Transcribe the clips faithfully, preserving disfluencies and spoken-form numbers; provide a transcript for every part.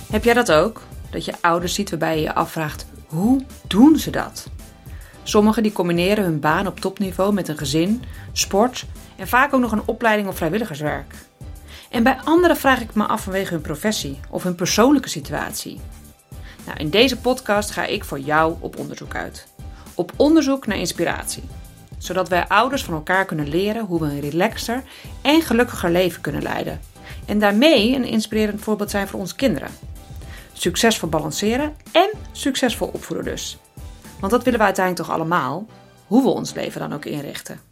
Heb jij dat ook? Dat je ouders ziet waarbij je je afvraagt, hoe doen ze dat? Sommigen die combineren hun baan op topniveau met een gezin, sport en vaak ook nog een opleiding of vrijwilligerswerk. En bij anderen vraag ik me af vanwege hun professie of hun persoonlijke situatie. Nou, in deze podcast ga ik voor jou op onderzoek uit. Op onderzoek naar inspiratie. Zodat wij ouders van elkaar kunnen leren hoe we een relaxter en gelukkiger leven kunnen leiden. En daarmee een inspirerend voorbeeld zijn voor onze kinderen. Succesvol balanceren en succesvol opvoeden dus. Want dat willen we uiteindelijk toch allemaal, hoe we ons leven dan ook inrichten.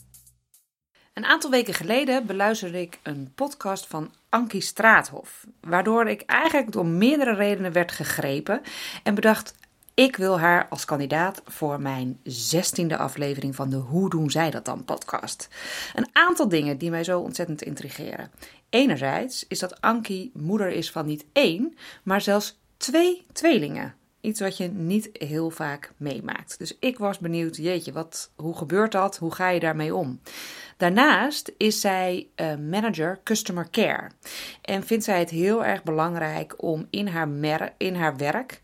Een aantal weken geleden beluisterde ik een podcast van Ankie Straathof. Waardoor ik eigenlijk door meerdere redenen werd gegrepen en bedacht, ik wil haar als kandidaat voor mijn zestiende aflevering van de Hoe doen zij dat dan podcast. Een aantal dingen die mij zo ontzettend intrigeren. Enerzijds is dat Ankie moeder is van niet één, maar zelfs twee tweelingen. Iets wat je niet heel vaak meemaakt. Dus ik was benieuwd, jeetje, wat, hoe gebeurt dat? Hoe ga je daarmee om? Daarnaast is zij uh, manager customer care. En vindt zij het heel erg belangrijk om in haar, mer- in haar werk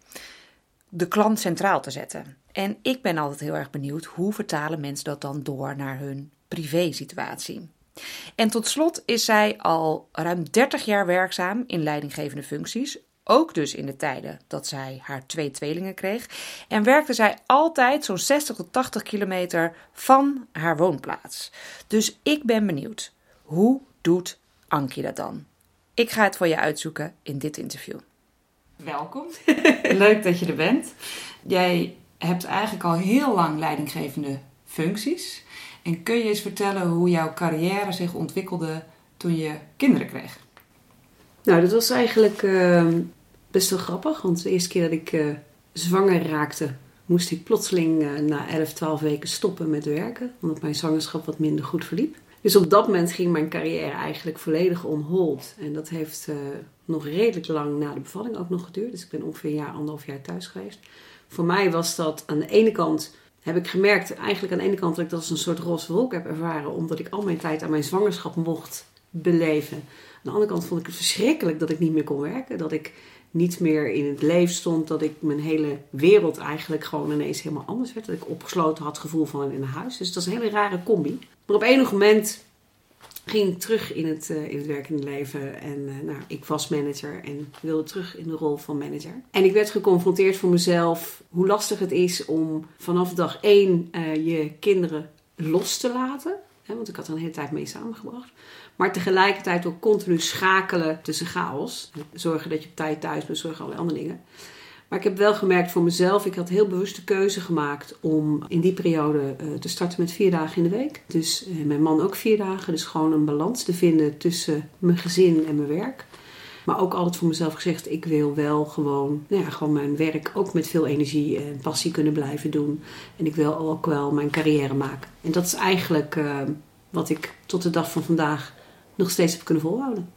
de klant centraal te zetten. En ik ben altijd heel erg benieuwd, hoe vertalen mensen dat dan door naar hun privésituatie? En tot slot is zij al ruim dertig jaar werkzaam in leidinggevende functies. Ook dus in de tijden dat zij haar twee tweelingen kreeg. En werkte zij altijd zo'n zestig tot tachtig kilometer van haar woonplaats. Dus ik ben benieuwd, hoe doet Ankie dat dan? Ik ga het voor je uitzoeken in dit interview. Welkom, leuk dat je er bent. Jij hebt eigenlijk al heel lang leidinggevende functies. En kun je eens vertellen hoe jouw carrière zich ontwikkelde toen je kinderen kreeg? Nou, dat was eigenlijk uh, best wel grappig. Want de eerste keer dat ik uh, zwanger raakte, moest ik plotseling uh, na elf, twaalf weken stoppen met werken. Omdat mijn zwangerschap wat minder goed verliep. Dus op dat moment ging mijn carrière eigenlijk volledig on hold. En dat heeft uh, nog redelijk lang na de bevalling ook nog geduurd. Dus ik ben ongeveer een jaar, anderhalf jaar thuis geweest. Voor mij was dat aan de ene kant, heb ik gemerkt, eigenlijk aan de ene kant dat ik dat als een soort roze wolk heb ervaren. Omdat ik al mijn tijd aan mijn zwangerschap mocht beleven. Aan de andere kant vond ik het verschrikkelijk dat ik niet meer kon werken. Dat ik niet meer in het leven stond. Dat ik mijn hele wereld eigenlijk gewoon ineens helemaal anders werd. Dat ik opgesloten had het gevoel van in een huis. Dus dat is een hele rare combi. Maar op enig moment ging ik terug in het, uh, in het werkende leven. En uh, nou, ik was manager en wilde terug in de rol van manager. En ik werd geconfronteerd voor mezelf hoe lastig het is om vanaf dag één uh, je kinderen los te laten. Hè, want ik had er een hele tijd mee samengebracht. Maar tegelijkertijd ook continu schakelen tussen chaos. Zorgen dat je op tijd thuis bent, zorgen allerlei andere dingen. Maar ik heb wel gemerkt voor mezelf, ik had heel bewust de keuze gemaakt om in die periode uh, te starten met vier dagen in de week. Dus uh, mijn man ook vier dagen. Dus gewoon een balans te vinden tussen mijn gezin en mijn werk. Maar ook altijd voor mezelf gezegd, ik wil wel gewoon, nou ja, gewoon mijn werk ook met veel energie en passie kunnen blijven doen. En ik wil ook wel mijn carrière maken. En dat is eigenlijk uh, wat ik tot de dag van vandaag nog steeds heb kunnen volhouden.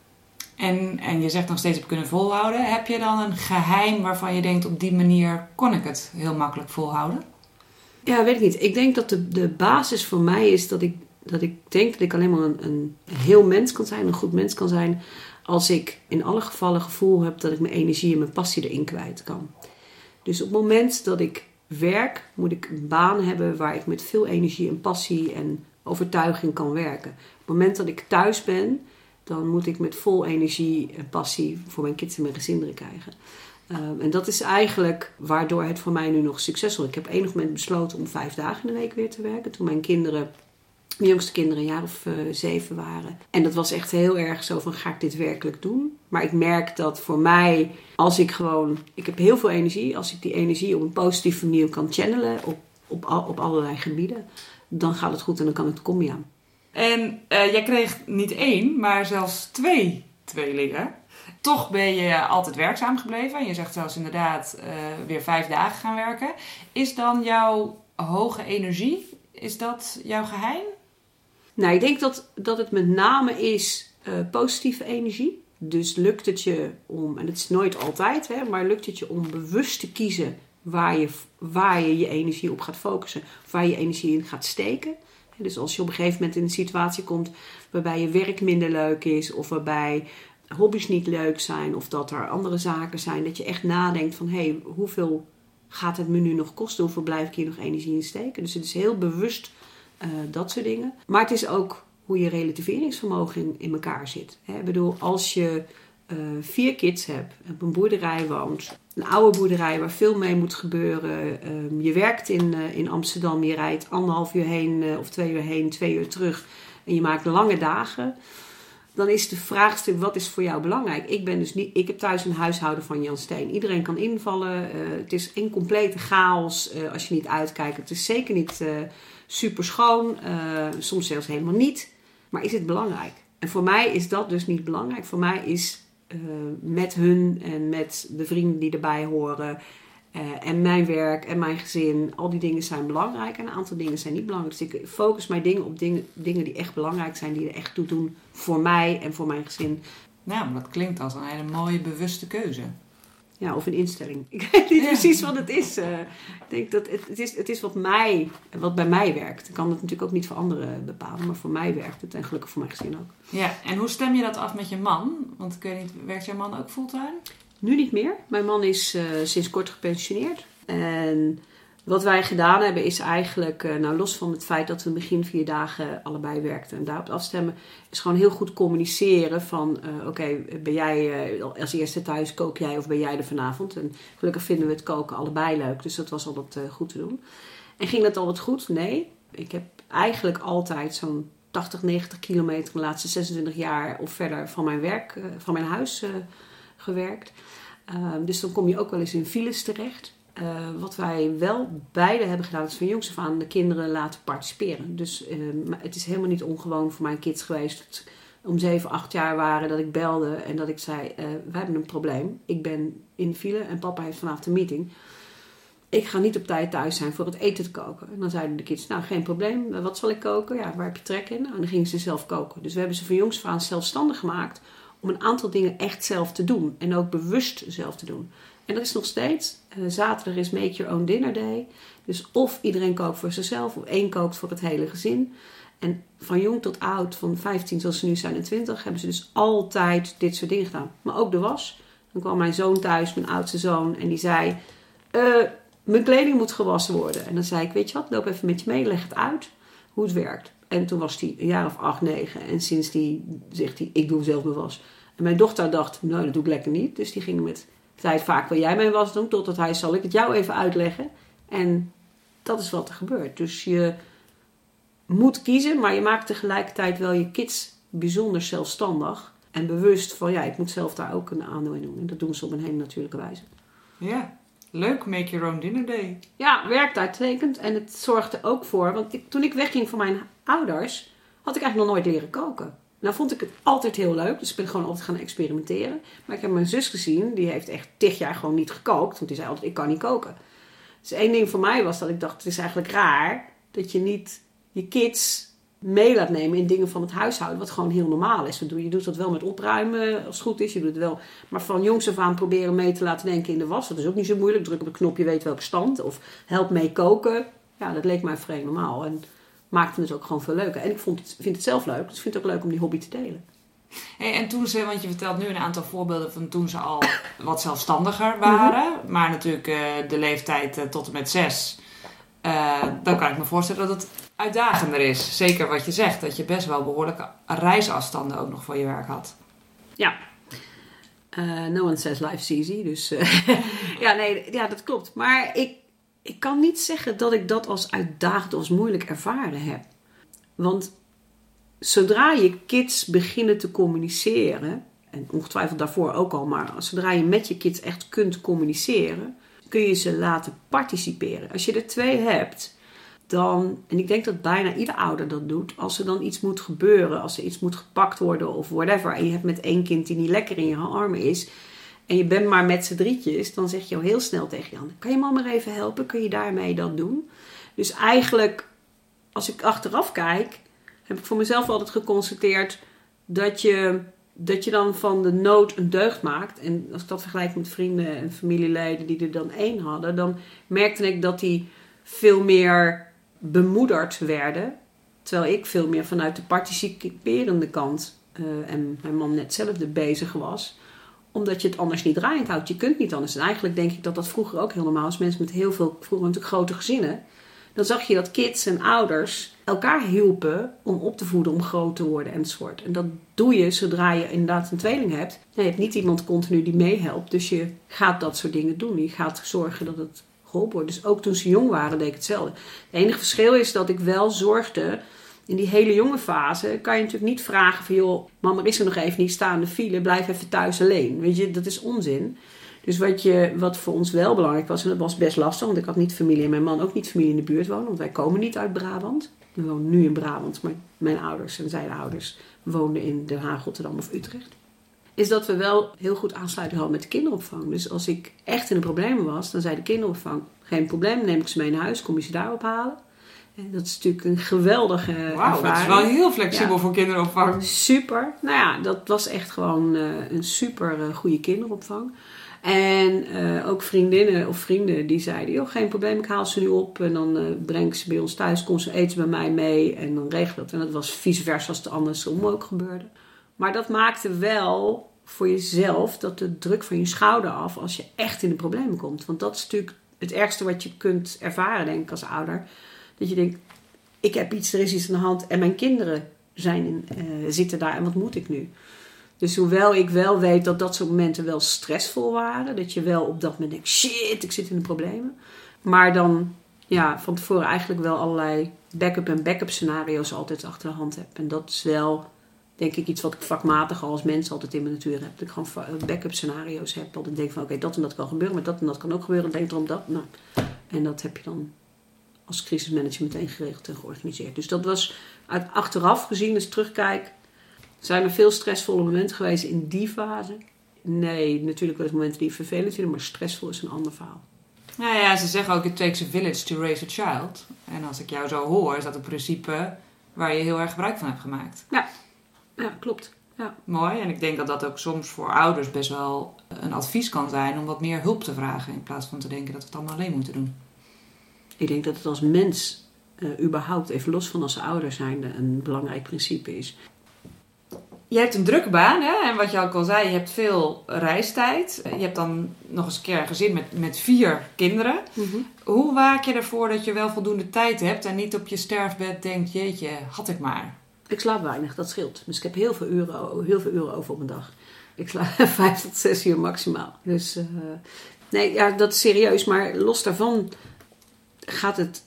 En, en je zegt nog steeds heb kunnen volhouden. Heb je dan een geheim waarvan je denkt, op die manier kon ik het heel makkelijk volhouden? Ja, weet ik niet. Ik denk dat de, de basis voor mij is dat ik, dat ik denk dat ik alleen maar een, een heel mens kan zijn, een goed mens kan zijn, als ik in alle gevallen gevoel heb dat ik mijn energie en mijn passie erin kwijt kan. Dus op het moment dat ik werk, moet ik een baan hebben waar ik met veel energie en passie en overtuiging kan werken. Op het moment dat ik thuis ben, dan moet ik met vol energie en passie voor mijn kids en mijn gezin krijgen. Um, en dat is eigenlijk waardoor het voor mij nu nog succesvol is. Ik heb enig moment besloten om vijf dagen in de week weer te werken. Toen mijn kinderen, mijn jongste kinderen een jaar of uh, zeven waren. En dat was echt heel erg zo van, ga ik dit werkelijk doen? Maar ik merk dat voor mij, als ik gewoon, ik heb heel veel energie. Als ik die energie op een positieve manier kan channelen op, op, op allerlei gebieden, dan gaat het goed en dan kan ik de combi aan. En uh, jij kreeg niet één, maar zelfs twee tweelingen. Toch ben je altijd werkzaam gebleven. Je zegt zelfs inderdaad uh, weer vijf dagen gaan werken. Is dan jouw hoge energie, is dat jouw geheim? Nou, ik denk dat, dat het met name is uh, positieve energie. Dus lukt het je om, en het is nooit altijd, hè, maar lukt het je om bewust te kiezen waar je waar je, je energie op gaat focussen. Of waar je je energie in gaat steken. Dus als je op een gegeven moment in een situatie komt waarbij je werk minder leuk is. Of waarbij hobby's niet leuk zijn of dat er andere zaken zijn. Dat je echt nadenkt van, hé, hey, hoeveel gaat het me nu nog kosten? Hoeveel blijf ik hier nog energie in steken? Dus het is heel bewust uh, dat soort dingen. Maar het is ook hoe je relativeringsvermogen in, in elkaar zit. Hè? Ik bedoel, als je uh, vier kids hebt, op een boerderij woont, een oude boerderij waar veel mee moet gebeuren. Um, je werkt in, uh, in Amsterdam, je rijdt anderhalf uur heen uh, of twee uur heen, twee uur terug. En je maakt lange dagen. Dan is de vraagstuk, wat is voor jou belangrijk? Ik ben dus niet, ik heb thuis een huishouden van Jan Steen. Iedereen kan invallen. Uh, het is een complete chaos uh, als je niet uitkijkt. Het is zeker niet uh, super schoon. Uh, soms zelfs helemaal niet. Maar is het belangrijk? En voor mij is dat dus niet belangrijk. Voor mij is uh, met hun en met de vrienden die erbij horen... Uh, en mijn werk en mijn gezin, al die dingen zijn belangrijk. En een aantal dingen zijn niet belangrijk. Dus ik focus mijn dingen op dingen, dingen die echt belangrijk zijn. Die er echt toe doen voor mij en voor mijn gezin. Ja, maar dat klinkt als een hele mooie bewuste keuze. Ja, of een instelling. Ik weet niet ja. precies wat het is. Uh, ik denk dat het, het, is, het is wat mij, wat bij mij werkt. Ik kan het natuurlijk ook niet voor anderen bepalen. Maar voor mij werkt het. En gelukkig voor mijn gezin ook. Ja, en hoe stem je dat af met je man? Want ik weet niet, werkt jouw man ook fulltime? Nu niet meer. Mijn man is uh, sinds kort gepensioneerd. En wat wij gedaan hebben is eigenlijk, uh, nou los van het feit dat we begin vier dagen allebei werkten en daarop afstemmen, is gewoon heel goed communiceren van, uh, oké, okay, ben jij uh, als eerste thuis, kook jij of ben jij er vanavond? En gelukkig vinden we het koken allebei leuk, dus dat was altijd uh, goed te doen. En ging dat altijd goed? Nee. Ik heb eigenlijk altijd zo'n tachtig, negentig kilometer de laatste zesentwintig jaar of verder van mijn werk, uh, van mijn huis uh, gewerkt. Uh, dus dan kom je ook wel eens in files terecht. Uh, wat wij wel beide hebben gedaan, is van jongs af aan de kinderen laten participeren. Dus uh, het is helemaal niet ongewoon voor mijn kids geweest dat om zeven, acht jaar waren dat ik belde en dat ik zei, uh, wij hebben een probleem. Ik ben in de file en papa heeft vanavond een meeting. Ik ga niet op tijd thuis zijn voor het eten te koken. En dan zeiden de kids, nou geen probleem, wat zal ik koken? Ja, waar heb je trek in? Nou, en dan gingen ze zelf koken. Dus we hebben ze van jongs af aan zelfstandig gemaakt om een aantal dingen echt zelf te doen. En ook bewust zelf te doen. En dat is nog steeds. Uh, zaterdag is Make Your Own Dinner Day. Dus of iedereen kookt voor zichzelf of één kookt voor het hele gezin. En van jong tot oud, van vijftien zoals ze nu zijn en twintig, hebben ze dus altijd dit soort dingen gedaan. Maar ook de was. Dan kwam mijn zoon thuis, mijn oudste zoon, en die zei, uh, mijn kleding moet gewassen worden. En dan zei ik, weet je wat, loop even met je mee, leg het uit hoe het werkt. En toen was hij een jaar of acht, negen. En sinds die zegt hij, ik doe zelf mijn was. En mijn dochter dacht, nou dat doe ik lekker niet. Dus die ging met tijd vaak, wil jij mijn was doen? Totdat hij, zal ik het jou even uitleggen. En dat is wat er gebeurt. Dus je moet kiezen, maar je maakt tegelijkertijd wel je kids bijzonder zelfstandig. En bewust van, ja, ik moet zelf daar ook een aandeel in doen. En dat doen ze op een hele natuurlijke wijze. Ja, leuk, Make Your Own Dinner Day. Ja, werkt uitstekend. En het zorgde ook voor, want ik, toen ik wegging van mijn ouders, had ik eigenlijk nog nooit leren koken. Nou vond ik het altijd heel leuk, dus ik ben gewoon altijd gaan experimenteren. Maar ik heb mijn zus gezien, die heeft echt tig jaar gewoon niet gekookt. Want die zei altijd, ik kan niet koken. Dus één ding voor mij was dat ik dacht, het is eigenlijk raar dat je niet je kids mee laat nemen in dingen van het huishouden. Wat gewoon heel normaal is. Je doet dat wel met opruimen, als het goed is. Je doet het wel. Maar van jongs af aan proberen mee te laten denken in de was. Dat is ook niet zo moeilijk. Druk op het knopje, weet welke stand. Of help mee koken. Ja, dat leek mij vrij normaal. En maakte het ook gewoon veel leuker. En ik vond het, vind het zelf leuk. Dus ik vind het ook leuk om die hobby te delen. Hey, en toen ze, want je vertelt nu een aantal voorbeelden van toen ze al wat zelfstandiger waren. Mm-hmm. Maar natuurlijk uh, de leeftijd uh, tot en met zes. Uh, dan kan ik me voorstellen dat het uitdagender is. Zeker wat je zegt. Dat je best wel behoorlijke reisafstanden ook nog voor je werk had. Ja. Uh, no one says life's easy. Dus uh, ja, nee, ja, dat klopt. Maar ik, ik kan niet zeggen dat ik dat als uitdagend of als moeilijk ervaren heb. Want zodra je kids beginnen te communiceren, en ongetwijfeld daarvoor ook al, maar zodra je met je kids echt kunt communiceren, kun je ze laten participeren. Als je er twee hebt, dan, en ik denk dat bijna ieder ouder dat doet, als er dan iets moet gebeuren, als er iets moet gepakt worden of whatever, en je hebt met één kind die niet lekker in je armen is, en je bent maar met z'n drietjes, dan zeg je al heel snel tegen Jan, kan je mama even helpen? Kun je daarmee dat doen? Dus eigenlijk, als ik achteraf kijk, heb ik voor mezelf altijd geconstateerd dat je, dat je dan van de nood een deugd maakt. En als ik dat vergelijk met vrienden en familieleden die er dan één hadden, dan merkte ik dat die veel meer bemoederd werden. Terwijl ik veel meer vanuit de participerende kant uh, en mijn man net hetzelfde bezig was. Omdat je het anders niet draaiend houdt. Je kunt niet anders. En eigenlijk denk ik dat dat vroeger ook heel normaal was. Mensen met heel veel, vroeger natuurlijk grote gezinnen. Dan zag je dat kids en ouders elkaar hielpen om op te voeden, om groot te worden enzovoort. En dat doe je zodra je inderdaad een tweeling hebt. Je hebt niet iemand continu die meehelpt. Dus je gaat dat soort dingen doen. Je gaat zorgen dat het geholpen wordt. Dus ook toen ze jong waren deed ik hetzelfde. Het enige verschil is dat ik wel zorgde. In die hele jonge fase kan je natuurlijk niet vragen van joh, mama is er nog even niet, sta in de file, blijf even thuis alleen. Weet je, dat is onzin. Dus wat, je, wat voor ons wel belangrijk was, en dat was best lastig, want ik had niet familie en mijn man ook niet familie in de buurt wonen, want wij komen niet uit Brabant. We wonen nu in Brabant, maar mijn ouders en zijn ouders woonden in Den Haag, Rotterdam of Utrecht. Is dat we wel heel goed aansluiting hadden met de kinderopvang. Dus als ik echt in de problemen was, dan zei de kinderopvang, geen probleem, neem ik ze mee naar huis, kom je ze daar ophalen. En dat is natuurlijk een geweldige Wauw, ervaring. dat is wel heel flexibel ja. voor kinderopvang. Super. Nou ja, dat was echt gewoon uh, een super uh, goede kinderopvang. En uh, ook vriendinnen of vrienden die zeiden, joh, geen probleem, ik haal ze nu op. En dan uh, breng ik ze bij ons thuis, kom ze eten bij mij mee en dan regel dat. En dat was vice versa als het andersom ook gebeurde. Maar dat maakte wel voor jezelf dat de druk van je schouder af als je echt in de problemen komt. Want dat is natuurlijk het ergste wat je kunt ervaren, denk ik, als ouder. Dat je denkt, ik heb iets, er is iets aan de hand en mijn kinderen zijn in, uh, zitten daar en wat moet ik nu? Dus hoewel ik wel weet dat dat soort momenten wel stressvol waren. Dat je wel op dat moment denkt, shit, ik zit in de problemen. Maar dan ja, van tevoren eigenlijk wel allerlei backup en backup scenario's altijd achter de hand heb. En dat is wel, denk ik, iets wat ik vakmatig als mens altijd in mijn natuur heb. Dat ik gewoon backup scenario's heb. Dat ik denk van, oké, okay, dat en dat kan gebeuren, maar dat en dat kan ook gebeuren. Denk erom dat. Nou, en dat heb je dan als crisismanager meteen geregeld en georganiseerd. Dus dat was uit achteraf gezien, als ik terugkijk, zijn er veel stressvolle momenten geweest in die fase? Nee, natuurlijk wel eens momenten die vervelend zijn, maar stressvol is een ander verhaal. Nou ja, ze zeggen ook, it takes a village to raise a child. En als ik jou zo hoor, is dat een principe waar je heel erg gebruik van hebt gemaakt. Ja, ja klopt. Ja. Mooi, en ik denk dat dat ook soms voor ouders best wel een advies kan zijn om wat meer hulp te vragen, in plaats van te denken dat we het allemaal alleen moeten doen. Ik denk dat het als mens uh, überhaupt, even los van als ouder zijnde, een belangrijk principe is. Je hebt een drukke baan, hè? En wat je ook al zei, je hebt veel reistijd. Je hebt dan nog eens een keer een gezin met, met vier kinderen. Mm-hmm. Hoe waak je ervoor dat je wel voldoende tijd hebt en niet op je sterfbed denkt, jeetje, had ik maar. Ik slaap weinig, dat scheelt. Dus ik heb heel veel uren, heel veel uren over op een dag. Ik slaap vijf tot zes uur maximaal. Dus uh, nee, ja, dat is serieus. Maar los daarvan gaat het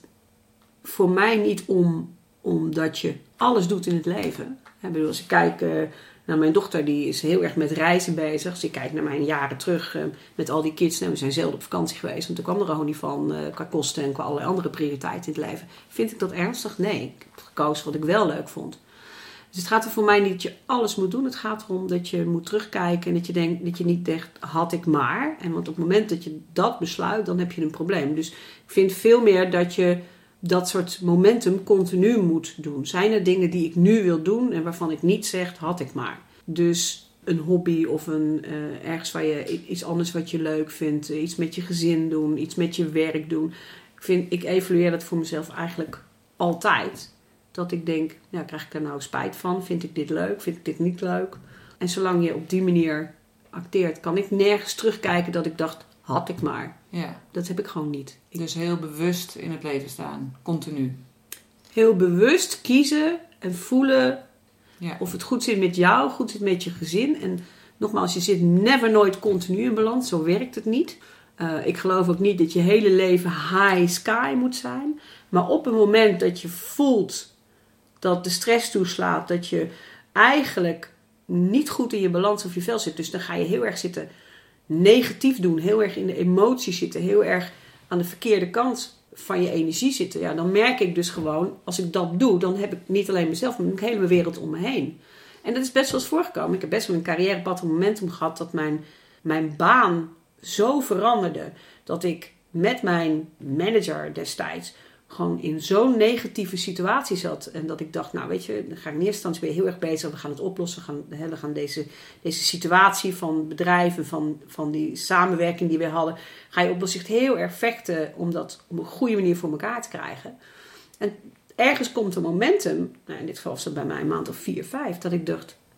voor mij niet om omdat je alles doet in het leven. Ik bedoel, als ik kijk uh, naar mijn dochter, die is heel erg met reizen bezig. Als ik kijk naar mijn jaren terug uh, met al die kids. Nou, we zijn zelden op vakantie geweest, want toen kwam er gewoon niet van uh, qua kosten en qua allerlei andere prioriteiten in het leven. Vind ik dat ernstig? Nee, ik heb gekozen wat ik wel leuk vond. Dus het gaat er voor mij niet dat je alles moet doen. Het gaat erom dat je moet terugkijken en dat je, denkt, dat je niet denkt, had ik maar. En want op het moment dat je dat besluit, dan heb je een probleem. Dus ik vind veel meer dat je dat soort momentum continu moet doen. Zijn er dingen die ik nu wil doen en waarvan ik niet zeg, had ik maar. Dus een hobby of een, uh, ergens waar je iets anders wat je leuk vindt. Iets met je gezin doen, iets met je werk doen. Ik, vind, ik evalueer dat voor mezelf eigenlijk altijd. Dat ik denk, ja, krijg ik er nou spijt van? Vind ik dit leuk? Vind ik dit niet leuk? En zolang je op die manier acteert, kan ik nergens terugkijken dat ik dacht, had ik maar. Ja. Dat heb ik gewoon niet. Ik... Dus heel bewust in het leven staan, continu. Heel bewust kiezen en voelen ja. of het goed zit met jou, goed zit met je gezin. En nogmaals, je zit never nooit continu in balans. Zo werkt het niet. Uh, ik geloof ook niet dat je hele leven high sky moet zijn. Maar op het moment dat je voelt dat de stress toeslaat, dat je eigenlijk niet goed in je balans of je vel zit. Dus dan ga je heel erg zitten negatief doen, heel erg in de emoties zitten, heel erg aan de verkeerde kant van je energie zitten. Ja, dan merk ik dus gewoon, als ik dat doe, dan heb ik niet alleen mezelf, maar de hele wereld om me heen. En dat is best wel eens voorgekomen. Ik heb best wel een carrièrepad, een momentum gehad dat mijn, mijn baan zo veranderde, dat ik met mijn manager destijds gewoon in zo'n negatieve situatie zat. En dat ik dacht, nou weet je, dan ga ik in eerste instantie weer heel erg bezig. We gaan het oplossen. We gaan, we gaan deze, deze situatie van bedrijven, van, van die samenwerking die we hadden, ga je op zich heel erg vechten om dat op een goede manier voor elkaar te krijgen. En ergens komt een momentum, nou in dit geval was dat bij mij een maand of vier, vijf, dat ik dacht,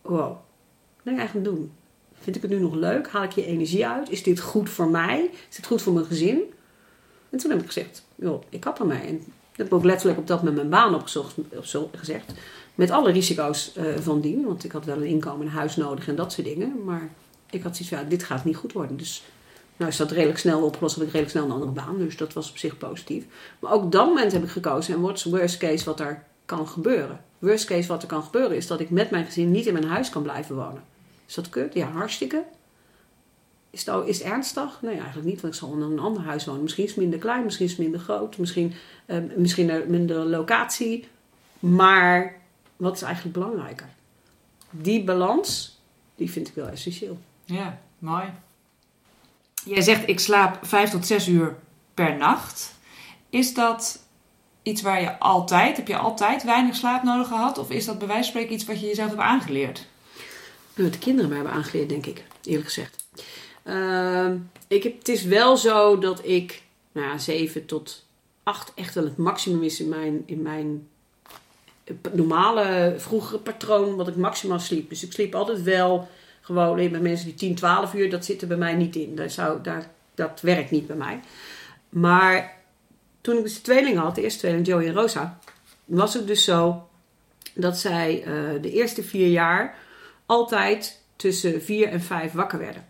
wow, wat ben ik eigenlijk aan het doen? Vind ik het nu nog leuk? Haal ik hier energie uit? Is dit goed voor mij? Is dit goed voor mijn gezin? En toen heb ik gezegd, joh, ik kap ermee. En dat heb ik ook letterlijk op dat moment mijn baan opgezocht, op gezegd. Met alle risico's uh, van dien. Want ik had wel een inkomen, een huis nodig en dat soort dingen. Maar ik had zoiets van, ja, dit gaat niet goed worden. Dus nou is dat redelijk snel opgelost. Had ik redelijk snel een andere baan. Dus dat was op zich positief. Maar ook dat moment heb ik gekozen. En wat is worst case wat er kan gebeuren? Worst case wat er kan gebeuren is dat ik met mijn gezin niet in mijn huis kan blijven wonen. Is dat kut? Ja, hartstikke. Is het, is het ernstig? Nee, eigenlijk niet. Want ik zal in een ander huis wonen. Misschien is het minder klein. Misschien is het minder groot. Misschien, uh, misschien een minder locatie. Maar wat is eigenlijk belangrijker? Die balans, die vind ik wel essentieel. Ja, mooi. Jij zegt, ik slaap vijf tot zes uur per nacht. Is dat iets waar je altijd, heb je altijd weinig slaap nodig gehad? Of is dat bij wijze van spreken iets wat je jezelf hebt aangeleerd? Wat de kinderen mij hebben aangeleerd, denk ik. Eerlijk gezegd. Uh, ik heb, het is wel zo dat ik nou ja, zeven tot acht echt wel het maximum is in mijn, in mijn normale vroegere patroon wat ik maximaal sliep. Dus ik sliep altijd wel gewoon met mensen die tien, twaalf uur. Dat zit er bij mij niet in. Dat, zou, daar, dat werkt niet bij mij. Maar toen ik dus de tweelingen had, de eerste tweeling, Joey en Rosa, was het dus zo dat zij uh, de eerste vier jaar altijd tussen vier en vijf wakker werden.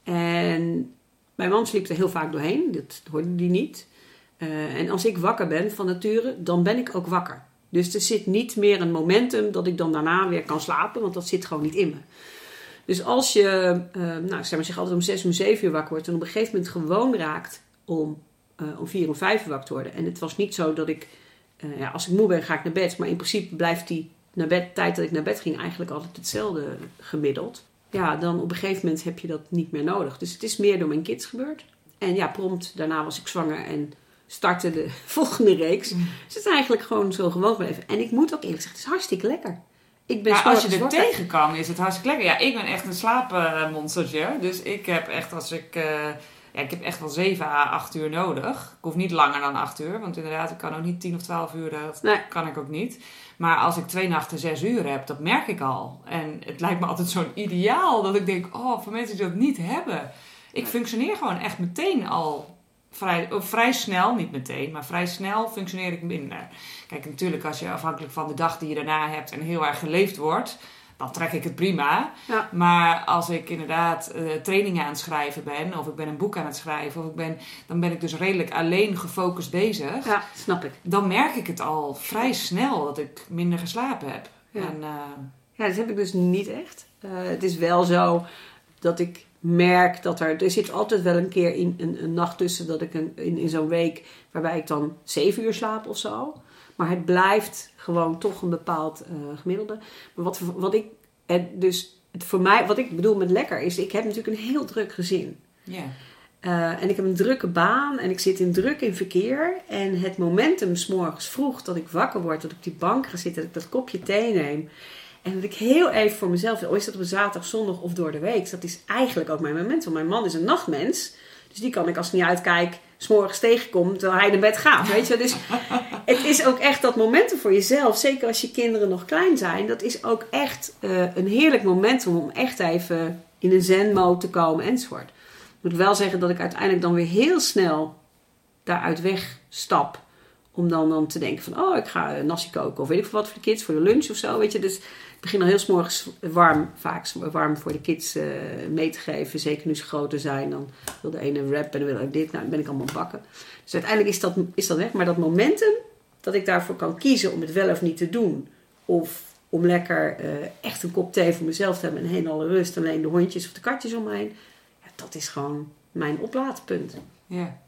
En mijn man sliep er heel vaak doorheen. Dat hoorde die niet. Uh, en als ik wakker ben van nature, dan ben ik ook wakker. Dus er zit niet meer een momentum dat ik dan daarna weer kan slapen. Want dat zit gewoon niet in me. Dus als je, uh, nou, zeg maar, zich altijd om zes uur, zeven uur wakker wordt. En op een gegeven moment gewoon raakt om, uh, om vier of vijf uur wakker te worden. En het was niet zo dat ik, uh, ja, als ik moe ben ga ik naar bed. Maar in principe blijft die naar bed, tijd dat ik naar bed ging eigenlijk altijd hetzelfde gemiddeld. Ja, dan op een gegeven moment heb je dat niet meer nodig. Dus het is meer door mijn kids gebeurd. En ja, prompt daarna was ik zwanger en startte de volgende reeks. Mm. Dus het is eigenlijk gewoon zo gewoon gebleven. En ik moet ook eerlijk zeggen, het is hartstikke lekker. Ik ben ja, als je er wakker. tegen kan, is het hartstikke lekker. Ja, ik ben echt een slaapmonstertje. Dus ik heb echt als ik... Uh, ja, ik heb echt wel zeven à acht uur nodig. Ik hoef niet langer dan acht uur. Want inderdaad, ik kan ook niet tien of twaalf uur. Dat nee. kan ik ook niet. Maar als ik twee nachten zes uur heb, dat merk ik al. En het lijkt me altijd zo'n ideaal. Dat ik denk, oh, voor mensen die dat niet hebben. Ik functioneer gewoon echt meteen al... Vrij, vrij snel, niet meteen, maar vrij snel functioneer ik minder. Kijk, natuurlijk als je afhankelijk van de dag die je daarna hebt en heel erg geleefd wordt, dan trek ik het prima. Ja. Maar als ik inderdaad uh, trainingen aan het schrijven ben, of ik ben een boek aan het schrijven, of ik ben, dan ben ik dus redelijk alleen gefocust bezig. Ja, snap ik. Dan merk ik het al vrij snel dat ik minder geslapen heb. Ja, en, uh, ja dat heb ik dus niet echt. Uh, het is wel zo dat ik merk dat er... Er zit altijd wel een keer in, een, een nacht tussen dat ik een, in, in zo'n week... waarbij ik dan zeven uur slaap of zo. Maar het blijft gewoon toch een bepaald uh, gemiddelde. Maar wat, wat ik... Het, dus het voor mij... Wat ik bedoel met lekker is... Ik heb natuurlijk een heel druk gezin. Yeah. Uh, en ik heb een drukke baan. En ik zit in druk in verkeer. En het momentum 's morgens vroeg dat ik wakker word... dat ik op die bank ga zitten... dat ik dat kopje thee neem... En dat ik heel even voor mezelf... Oh, is dat op een zaterdag, zondag of door de week? Dat is eigenlijk ook mijn moment. Want mijn man is een nachtmens. Dus die kan ik als ik niet uitkijk... 's morgens tegenkom terwijl hij naar bed gaat. Weet je? Dus het is ook echt dat momentum voor jezelf. Zeker als je kinderen nog klein zijn. Dat is ook echt uh, een heerlijk momentum... om echt even in een zen-mode te komen enzovoort. Ik moet wel zeggen dat ik uiteindelijk dan weer heel snel... daaruit wegstap... Om dan, dan te denken van... Oh, ik ga nasi koken. Of weet ik veel wat voor de kids. Voor de lunch of zo. Weet je. Dus ik begin al heel 's morgens warm. Vaak warm voor de kids uh, mee te geven. Zeker nu ze groter zijn. Dan wil de ene wrap en dan wil ik dit. Nou, dan ben ik allemaal bakken. Dus uiteindelijk is dat, is dat weg. Maar dat momentum... Dat ik daarvoor kan kiezen om het wel of niet te doen. Of om lekker uh, echt een kop thee voor mezelf te hebben. En heen alle rust. Alleen de hondjes of de katjes om me heen. Ja, dat is gewoon mijn oplaadpunt. Ja.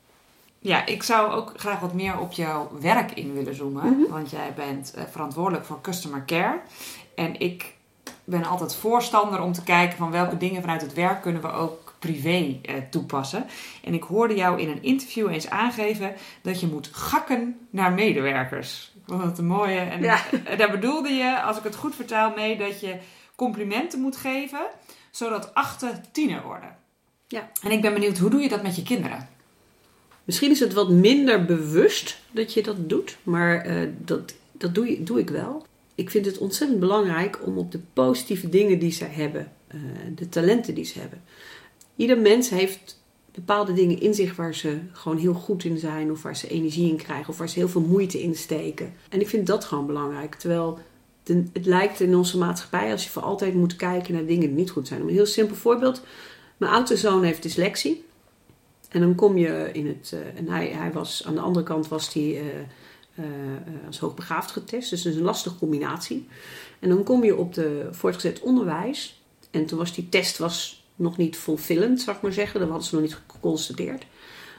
Ja, ik zou ook graag wat meer op jouw werk in willen zoomen. Mm-hmm. Want jij bent uh, verantwoordelijk voor customer care. En ik ben altijd voorstander om te kijken van welke dingen vanuit het werk kunnen we ook privé uh, toepassen. En ik hoorde jou in een interview eens aangeven dat je moet gakken naar medewerkers. Ik vond dat een mooie. En ja. Daar bedoelde je, als ik het goed vertaal, mee dat je complimenten moet geven, zodat achten tiener worden. Ja. En ik ben benieuwd, hoe doe je dat met je kinderen? Misschien is het wat minder bewust dat je dat doet, maar uh, dat, dat doe, je, doe ik wel. ik vind het ontzettend belangrijk om op de positieve dingen die ze hebben, uh, de talenten die ze hebben. Ieder mens heeft bepaalde dingen in zich waar ze gewoon heel goed in zijn, of waar ze energie in krijgen, of waar ze heel veel moeite in steken. En ik vind dat gewoon belangrijk. Terwijl de, het lijkt in onze maatschappij als je voor altijd moet kijken naar dingen die niet goed zijn. Om een heel simpel voorbeeld. Mijn oudste zoon heeft dyslexie. En dan kom je in het... Uh, en hij, hij was, aan de andere kant was hij uh, uh, uh, als hoogbegaafd getest. Dus dat is een lastige combinatie. En dan kom je op de voortgezet onderwijs. En toen was die test was nog niet fulfillend, zou ik maar zeggen. Dat hadden ze nog niet geconstateerd.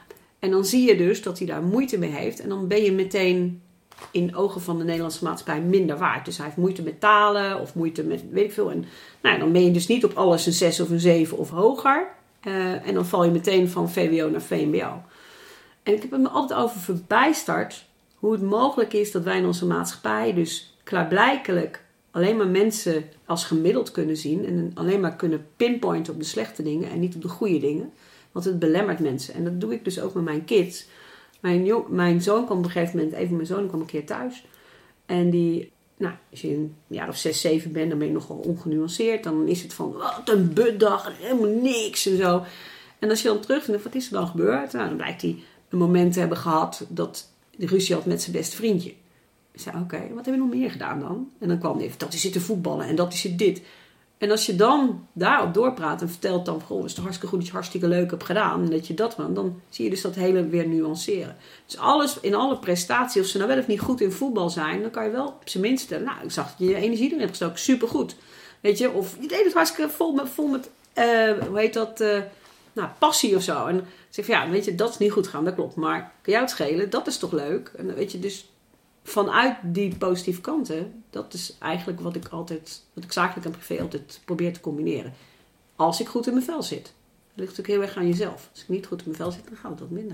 En dan zie je dus dat hij daar moeite mee heeft. En dan ben je meteen in ogen van de Nederlandse maatschappij minder waard. Dus hij heeft moeite met talen of moeite met weet ik veel. En nou, dan ben je dus niet op alles een zes of een zeven of hoger. Uh, en dan val je meteen van V W O naar V M B O. En ik heb het me altijd over verbijsterd hoe het mogelijk is dat wij in onze maatschappij dus klaarblijkelijk alleen maar mensen als gemiddeld kunnen zien. En alleen maar kunnen pinpointen op de slechte dingen en niet op de goede dingen. Want het belemmert mensen. En dat doe ik dus ook met mijn kids. Mijn, jong, mijn zoon kwam op een gegeven moment, een van mijn zonen kwam een keer thuis. En die, nou, als je een jaar of zes, zeven bent, dan ben je nogal ongenuanceerd. Dan is het van, wat een buddag en helemaal niks en zo. En als je dan terugvindt, wat is er dan gebeurd? Nou, dan blijkt hij een moment te hebben gehad dat hij ruzie had met zijn beste vriendje. Ik zei, oké, okay, wat heb je nog meer gedaan dan? En dan kwam hij even, dat is zitten voetballen en dat is het dit. En als je dan daarop doorpraat en vertelt dan, goh, is het hartstikke goed dat je hartstikke leuk hebt gedaan. En dat je dat dan, dan zie je dus dat hele weer nuanceren. Dus alles, in alle prestaties, of ze nou wel of niet goed in voetbal zijn, dan kan je wel op zijn minst stellen, nou, ik zag dat je je energie erin hebt gestoken, supergoed. Weet je, of je deed het hartstikke vol met, vol met uh, hoe heet dat, uh, nou, passie of zo. En dan zeg je, ja, weet je, dat is niet goed gegaan, dat klopt. Maar kan jou het schelen, dat is toch leuk? En dan weet je, dus vanuit die positieve kanten, dat is eigenlijk wat ik altijd, wat ik zakelijk en privé altijd probeer te combineren. Als ik goed in mijn vel zit. Dat ligt natuurlijk heel erg aan jezelf. Als ik niet goed in mijn vel zit, dan gaat het wat minder.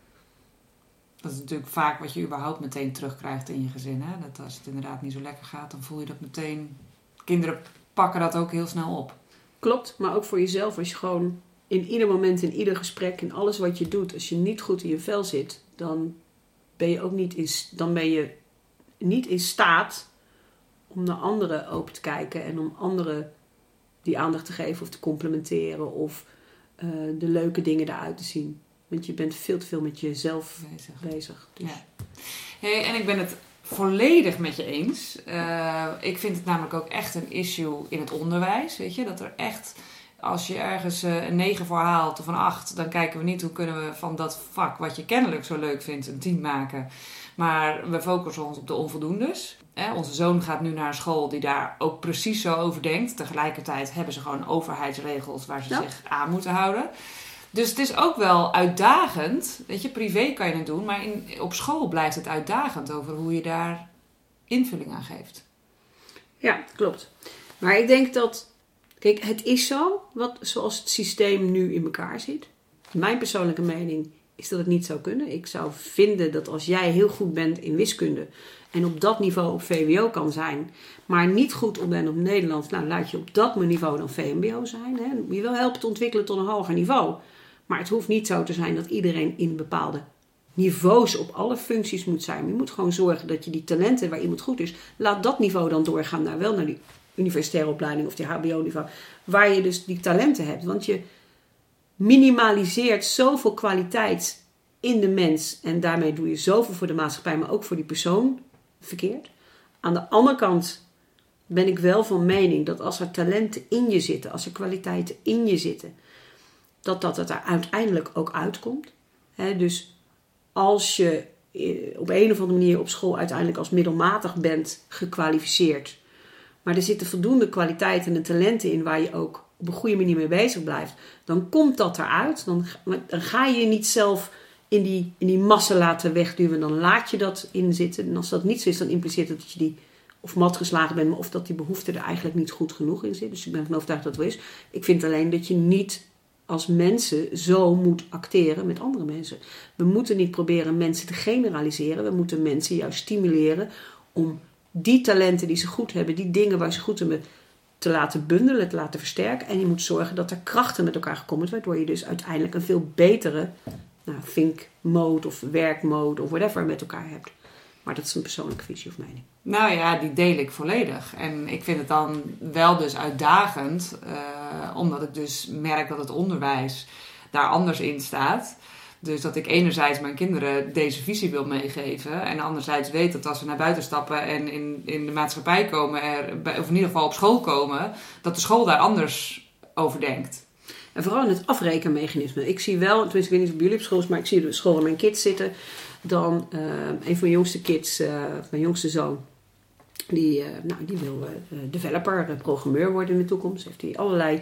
Dat is natuurlijk vaak wat je überhaupt meteen terugkrijgt in je gezin. Hè? Dat als het inderdaad niet zo lekker gaat, dan voel je dat meteen. Kinderen pakken dat ook heel snel op. Klopt, maar ook voor jezelf. Als je gewoon in ieder moment, in ieder gesprek, in alles wat je doet, als je niet goed in je vel zit, dan ben je ook niet in, dan ben je niet in staat om naar anderen open te kijken en om anderen die aandacht te geven of te complimenteren of uh, de leuke dingen eruit te zien. Want je bent veel te veel met jezelf bezig. bezig dus. Ja. Hey, en ik ben het volledig met je eens. Uh, ik vind het namelijk ook echt een issue in het onderwijs. Weet je, dat er echt, als je ergens uh, een negen voor haalt of een acht, dan kijken we niet hoe kunnen we van dat vak wat je kennelijk zo leuk vindt een tien maken. Maar we focussen ons op de onvoldoendes. Eh, onze zoon gaat nu naar een school die daar ook precies zo over denkt. Tegelijkertijd hebben ze gewoon overheidsregels waar ze ja. zich aan moeten houden. Dus het is ook wel uitdagend. Weet je, privé kan je het doen, maar in, op school blijft het uitdagend over hoe je daar invulling aan geeft. Ja, klopt. Maar ik denk dat, kijk, het is zo, wat, zoals het systeem nu in elkaar zit. Mijn persoonlijke mening is dat het niet zou kunnen. Ik zou vinden dat als jij heel goed bent in wiskunde en op dat niveau op V W O kan zijn, maar niet goed op bent op Nederlands, nou laat je op dat niveau dan V M B O zijn. Hè. Je wil helpen te ontwikkelen tot een hoger niveau. Maar het hoeft niet zo te zijn dat iedereen in bepaalde niveaus op alle functies moet zijn. Maar je moet gewoon zorgen dat je die talenten waar iemand goed is, laat dat niveau dan doorgaan naar wel naar die universitaire opleiding of die H B O-niveau, waar je dus die talenten hebt. Want je minimaliseert zoveel kwaliteit in de mens en daarmee doe je zoveel voor de maatschappij, maar ook voor die persoon verkeerd. Aan de andere kant ben ik wel van mening dat als er talenten in je zitten, als er kwaliteiten in je zitten, dat dat het er uiteindelijk ook uitkomt. He, dus als je op een of andere manier op school uiteindelijk als middelmatig bent gekwalificeerd, maar er zitten voldoende kwaliteiten en talenten in waar je ook op een goede manier mee bezig blijft, dan komt dat eruit. Dan, dan ga je je niet zelf in die, in die massa laten wegduwen. Dan laat je dat in zitten. En als dat niet zo is, dan impliceert het dat je die of mat geslagen bent, maar of dat die behoefte er eigenlijk niet goed genoeg in zit. Dus ik ben ervan overtuigd dat het wel is. Ik vind alleen dat je niet als mensen zo moet acteren met andere mensen. We moeten niet proberen mensen te generaliseren. We moeten mensen juist stimuleren om die talenten die ze goed hebben, die dingen waar ze goed hebben, te laten bundelen, te laten versterken. En je moet zorgen dat er krachten met elkaar gekomen, waardoor je dus uiteindelijk een veel betere nou, think mode of werkmode of whatever met elkaar hebt. Maar dat is een persoonlijke visie of mening. Nou ja, die deel ik volledig. En ik vind het dan wel dus uitdagend, uh, omdat ik dus merk dat het onderwijs daar anders in staat. Dus dat ik enerzijds mijn kinderen deze visie wil meegeven. En anderzijds weet dat als we naar buiten stappen en in, in de maatschappij komen, er, of in ieder geval op school komen, dat de school daar anders over denkt. En vooral in het afrekenmechanisme. Ik zie wel, tenminste ik weet niet of bij jullie op school is, maar ik zie de school waar mijn kids zitten. Dan uh, een van mijn jongste kids, uh, mijn jongste zoon, die, uh, nou, die wil uh, developer, uh, programmeur worden in de toekomst. Heeft hij allerlei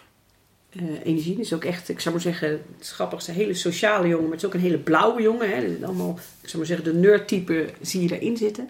uh, energie. Dat is ook echt, ik zou maar zeggen, het is grappig, het is een hele sociale jongen, maar het is ook een hele blauwe jongen. Hè. Dat is allemaal, ik zou maar zeggen, de nerdtype zie je daarin zitten.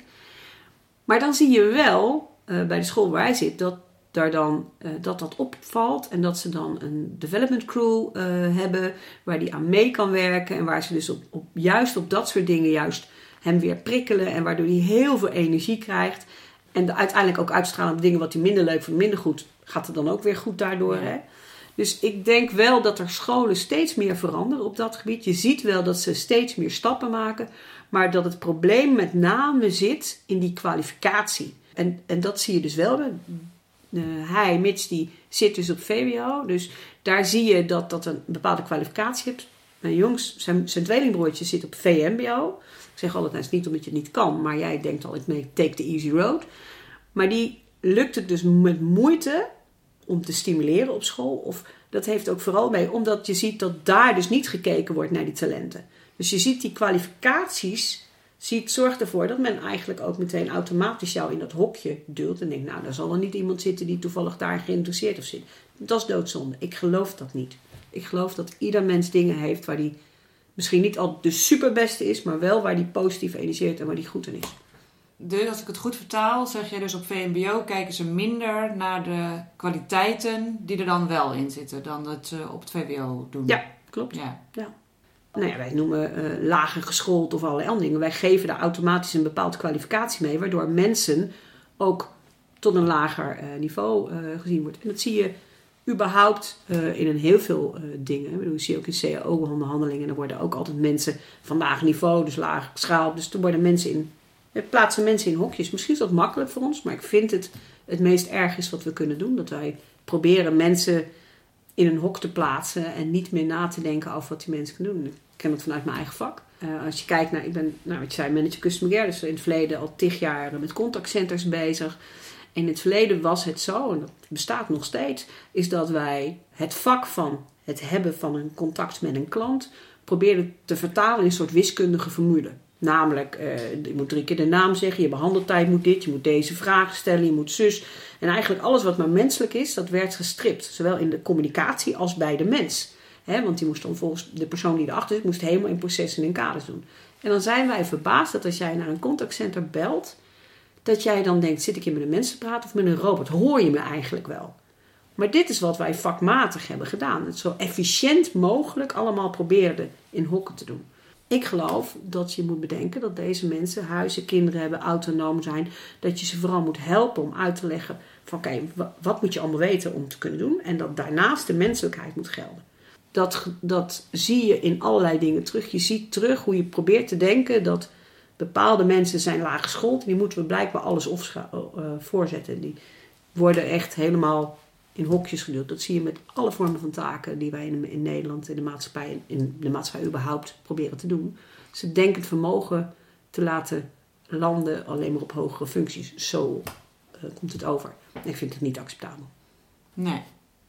Maar dan zie je wel, uh, bij de school waar hij zit, dat daar dan, uh, dat dat opvalt en dat ze dan een development crew uh, hebben waar die aan mee kan werken en waar ze dus op, op, juist op dat soort dingen juist hem weer prikkelen en waardoor hij heel veel energie krijgt en de, uiteindelijk ook uitstralen op dingen wat hij minder leuk vindt, minder goed, gaat het dan ook weer goed daardoor. Ja. Hè? Dus ik denk wel dat er scholen steeds meer veranderen op dat gebied. Je ziet wel dat ze steeds meer stappen maken, maar dat het probleem met name zit in die kwalificatie. En, en dat zie je dus wel. Uh, hij, Mits, die zit dus op V W O. Dus daar zie je dat dat een bepaalde kwalificatie hebt. Mijn jongs, zijn, zijn tweelingbroertje zit op V M B O. Ik zeg altijd, het is niet omdat je het niet kan, maar jij denkt altijd mee, take the easy road. Maar die lukt het dus met moeite om te stimuleren op school. Of dat heeft ook vooral mee, omdat je ziet dat daar dus niet gekeken wordt naar die talenten. Dus je ziet die kwalificaties, ziet, zorgt ervoor dat men eigenlijk ook meteen automatisch jou in dat hokje duwt. En denkt, nou, daar zal wel niet iemand zitten die toevallig daar geïnteresseerd of zit. Dat is doodzonde. Ik geloof dat niet. Ik geloof dat ieder mens dingen heeft waar die misschien niet altijd de superbeste is, maar wel waar die positief energieert en waar die goed in is. Dus als ik het goed vertaal, zeg je dus op V M B O kijken ze minder naar de kwaliteiten die er dan wel in zitten dan het uh, op het V W O doen. Ja, klopt. Ja. Ja. Nou ja, wij noemen uh, lager geschoold of allerlei andere dingen. Wij geven daar automatisch een bepaalde kwalificatie mee, waardoor mensen ook tot een lager uh, niveau uh, gezien wordt. En dat zie je überhaupt uh, in een heel veel uh, dingen. Ik bedoel, je ziet ook in C A O-onderhandelingen, er worden ook altijd mensen van laag niveau, dus laag geschaald. Dus er worden mensen in, we plaatsen mensen in hokjes. Misschien is dat makkelijk voor ons, maar ik vind het het meest erg is wat we kunnen doen. Dat wij proberen mensen in een hok te plaatsen en niet meer na te denken over wat die mensen kunnen doen. Ik ken dat vanuit mijn eigen vak. Uh, als je kijkt naar, ik ben, nou wat je zei, manager customer care, dus in het verleden al tig jaar met contactcenters bezig. In het verleden was het zo, en dat bestaat nog steeds, is dat wij het vak van het hebben van een contact met een klant probeerden te vertalen in een soort wiskundige formule. Namelijk, uh, je moet drie keer de naam zeggen, je behandeltijd moet dit, je moet deze vragen stellen, je moet zus. En eigenlijk alles wat maar menselijk is, dat werd gestript. Zowel in de communicatie als bij de mens. He, want die moest dan volgens de persoon die erachter zit, moest helemaal in processen en in kaders doen. En dan zijn wij verbaasd dat als jij naar een contactcenter belt, dat jij dan denkt, zit ik hier met een mens te praten of met een robot? Hoor je me eigenlijk wel? Maar dit is wat wij vakmatig hebben gedaan. Het zo efficiënt mogelijk allemaal probeerden in hokken te doen. Ik geloof dat je moet bedenken dat deze mensen huizen, kinderen hebben, autonoom zijn. Dat je ze vooral moet helpen om uit te leggen van oké, okay, wat moet je allemaal weten om te kunnen doen? En dat daarnaast de menselijkheid moet gelden. Dat, dat zie je in allerlei dingen terug. Je ziet terug hoe je probeert te denken dat bepaalde mensen zijn laag geschoold. Die moeten we blijkbaar alles opscha- uh, voorzetten. Die worden echt helemaal in hokjes geduwd. Dat zie je met alle vormen van taken die wij in, in Nederland, in de maatschappij, in de maatschappij überhaupt proberen te doen. Ze denken het vermogen te laten landen alleen maar op hogere functies. Zo uh, komt het over. Ik vind het niet acceptabel. Nee.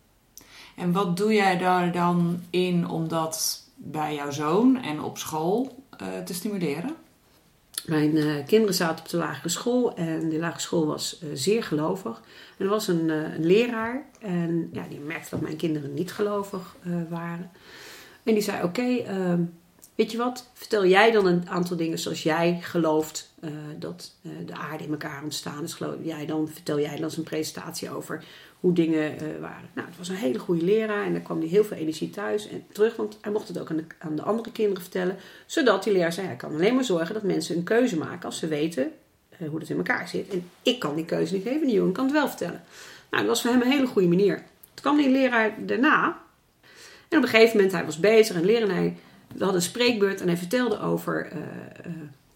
En wat doe jij daar dan in om dat bij jouw zoon en op school uh, te stimuleren? Mijn uh, kinderen zaten op de lagere school en de lagere school was uh, zeer gelovig. En er was een, uh, een leraar en ja, die merkte dat mijn kinderen niet gelovig uh, waren. En die zei, oké, okay, uh, weet je wat, vertel jij dan een aantal dingen zoals jij gelooft uh, dat uh, de aarde in elkaar ontstaan is. Geloof jij dan, vertel jij dan eens een presentatie over hoe dingen uh, waren. Nou, het was een hele goede leraar en daar kwam hij heel veel energie thuis en terug. Want hij mocht het ook aan de, aan de andere kinderen vertellen. Zodat die leraar zei, hij kan alleen maar zorgen dat mensen een keuze maken als ze weten uh, hoe dat in elkaar zit. En ik kan die keuze niet geven, die jongen kan het wel vertellen. Nou, dat was voor hem een hele goede manier. Toen kwam die leraar daarna. En op een gegeven moment, hij was bezig en leren hij, we hadden een spreekbeurt en hij vertelde over uh, uh,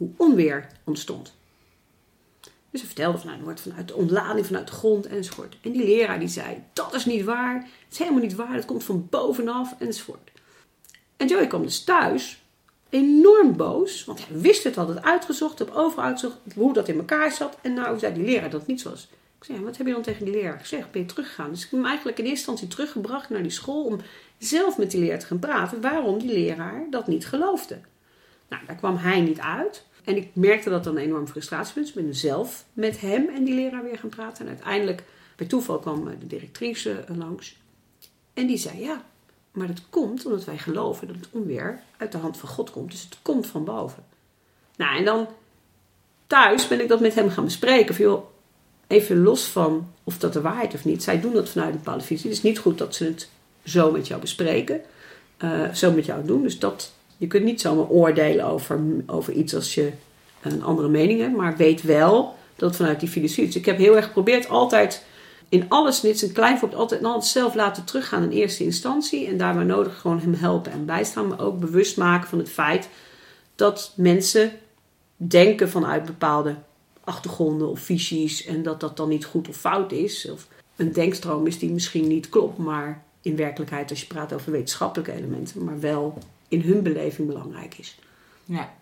hoe onweer ontstond. Dus ze vertelde van, nou, het wordt vanuit de ontlading, vanuit de grond enzovoort. En die leraar die zei, dat is niet waar. Het is helemaal niet waar, dat komt van bovenaf enzovoort. En Joey kwam dus thuis enorm boos, want hij wist het, had het uitgezocht, heb overal uitgezocht hoe dat in elkaar zat. En nou zei die leraar dat het niet was. Ik zei, wat heb je dan tegen die leraar gezegd? Ben je teruggegaan? Dus ik heb hem eigenlijk in eerste instantie teruggebracht naar die school om zelf met die leraar te gaan praten waarom die leraar dat niet geloofde. Nou, daar kwam hij niet uit. En ik merkte dat dan een enorm frustratie was. Dus ik ben zelf met hem en die leraar weer gaan praten. En uiteindelijk, bij toeval kwam de directrice langs. En die zei, ja, maar dat komt omdat wij geloven dat het onweer uit de hand van God komt. Dus het komt van boven. Nou, en dan thuis ben ik dat met hem gaan bespreken. Van, joh, even los van of dat de waarheid of niet. Zij doen dat vanuit een bepaalde visie. Het is niet goed dat ze het zo met jou bespreken. Uh, zo met jou doen. Dus dat, je kunt niet zomaar oordelen over, over iets als je een andere mening hebt. Maar weet wel dat het vanuit die filosofie is. Ik heb heel erg geprobeerd altijd in alles, dit is een klein voorbeeld, altijd, altijd zelf laten teruggaan in eerste instantie. En daar waar nodig gewoon hem helpen en bijstaan. Maar ook bewust maken van het feit dat mensen denken vanuit bepaalde achtergronden of visies. En dat dat dan niet goed of fout is. Of een denkstroom is die misschien niet klopt. Maar in werkelijkheid, als je praat over wetenschappelijke elementen. Maar wel in hun beleving belangrijk is. Ja.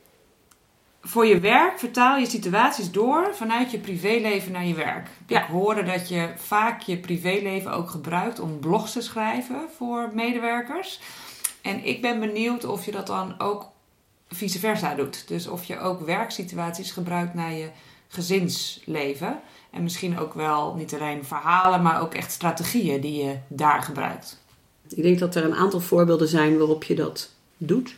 Voor je werk vertaal je situaties door vanuit je privéleven naar je werk. Ja. Ik hoorde dat je vaak je privéleven ook gebruikt om blogs te schrijven voor medewerkers. En ik ben benieuwd of je dat dan ook vice versa doet. Dus of je ook werksituaties gebruikt naar je gezinsleven. En misschien ook wel niet alleen verhalen, maar ook echt strategieën die je daar gebruikt. Ik denk dat er een aantal voorbeelden zijn waarop je dat doet.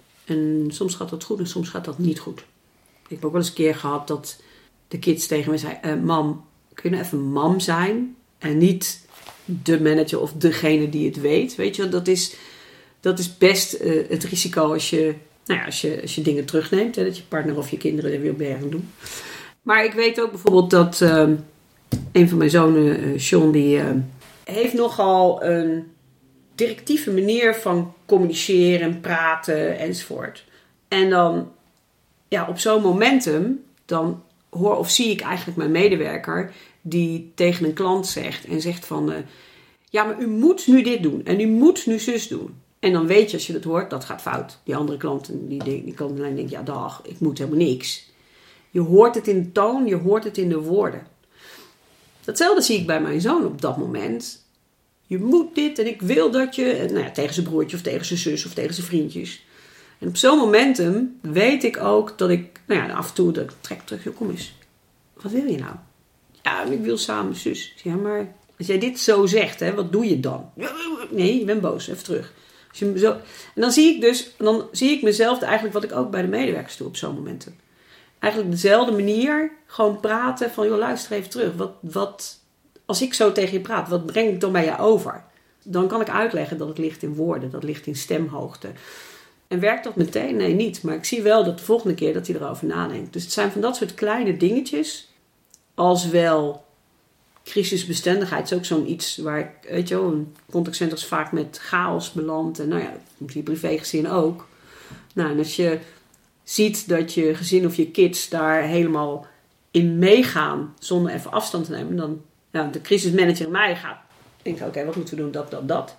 En soms gaat dat goed en soms gaat dat niet goed. Ik heb ook wel eens een keer gehad dat de kids tegen me zeiden, uh, mam, kun je nou even mam zijn? En niet de manager of degene die het weet. Weet je, dat is, dat is best uh, het risico als je, nou ja, als je, als je dingen terugneemt. Hè, dat je partner of je kinderen er weer bergen doen. Maar ik weet ook bijvoorbeeld dat uh, een van mijn zonen, uh, Sean, die uh, heeft nogal een directieve manier van communiceren en praten enzovoort. En dan, ja, op zo'n momentum, dan hoor of zie ik eigenlijk mijn medewerker die tegen een klant zegt en zegt van, uh, ja, maar u moet nu dit doen en u moet nu zus doen. En dan weet je als je dat hoort, dat gaat fout. Die andere klant, die, die kan alleen denken, ja dag, ik moet helemaal niks. Je hoort het in de toon, je hoort het in de woorden. Datzelfde zie ik bij mijn zoon op dat moment. Je moet dit en ik wil dat je, en, nou ja, tegen zijn broertje of tegen zijn zus of tegen zijn vriendjes. En op zo'n momentum weet ik ook dat ik, nou ja, af en toe dat ik trek terug, joh, kom eens. Wat wil je nou? Ja, ik wil samen zus. Ja, maar als jij dit zo zegt, hè, wat doe je dan? Nee, je bent boos, even terug. Als je zo, en dan zie ik dus, dan zie ik mezelf eigenlijk wat ik ook bij de medewerkers doe op zo'n momenten. Eigenlijk dezelfde manier, gewoon praten van, joh, luister even terug. Wat, wat, als ik zo tegen je praat, wat breng ik dan bij je over? Dan kan ik uitleggen dat het ligt in woorden, dat ligt in stemhoogte. En werkt dat meteen? Nee, niet. Maar ik zie wel dat de volgende keer dat hij erover nadenkt. Dus het zijn van dat soort kleine dingetjes. Als wel crisisbestendigheid is ook zo'n iets waar ik, weet je wel, een contactcenter is vaak met chaos beland. En nou ja, dat moet je privégezin ook. Nou, en als je ziet dat je gezin of je kids daar helemaal in meegaan zonder even afstand te nemen, dan, nou, de crisismanager in mij gaat denken, oké, okay, wat moeten we doen? Dat, dat, dat.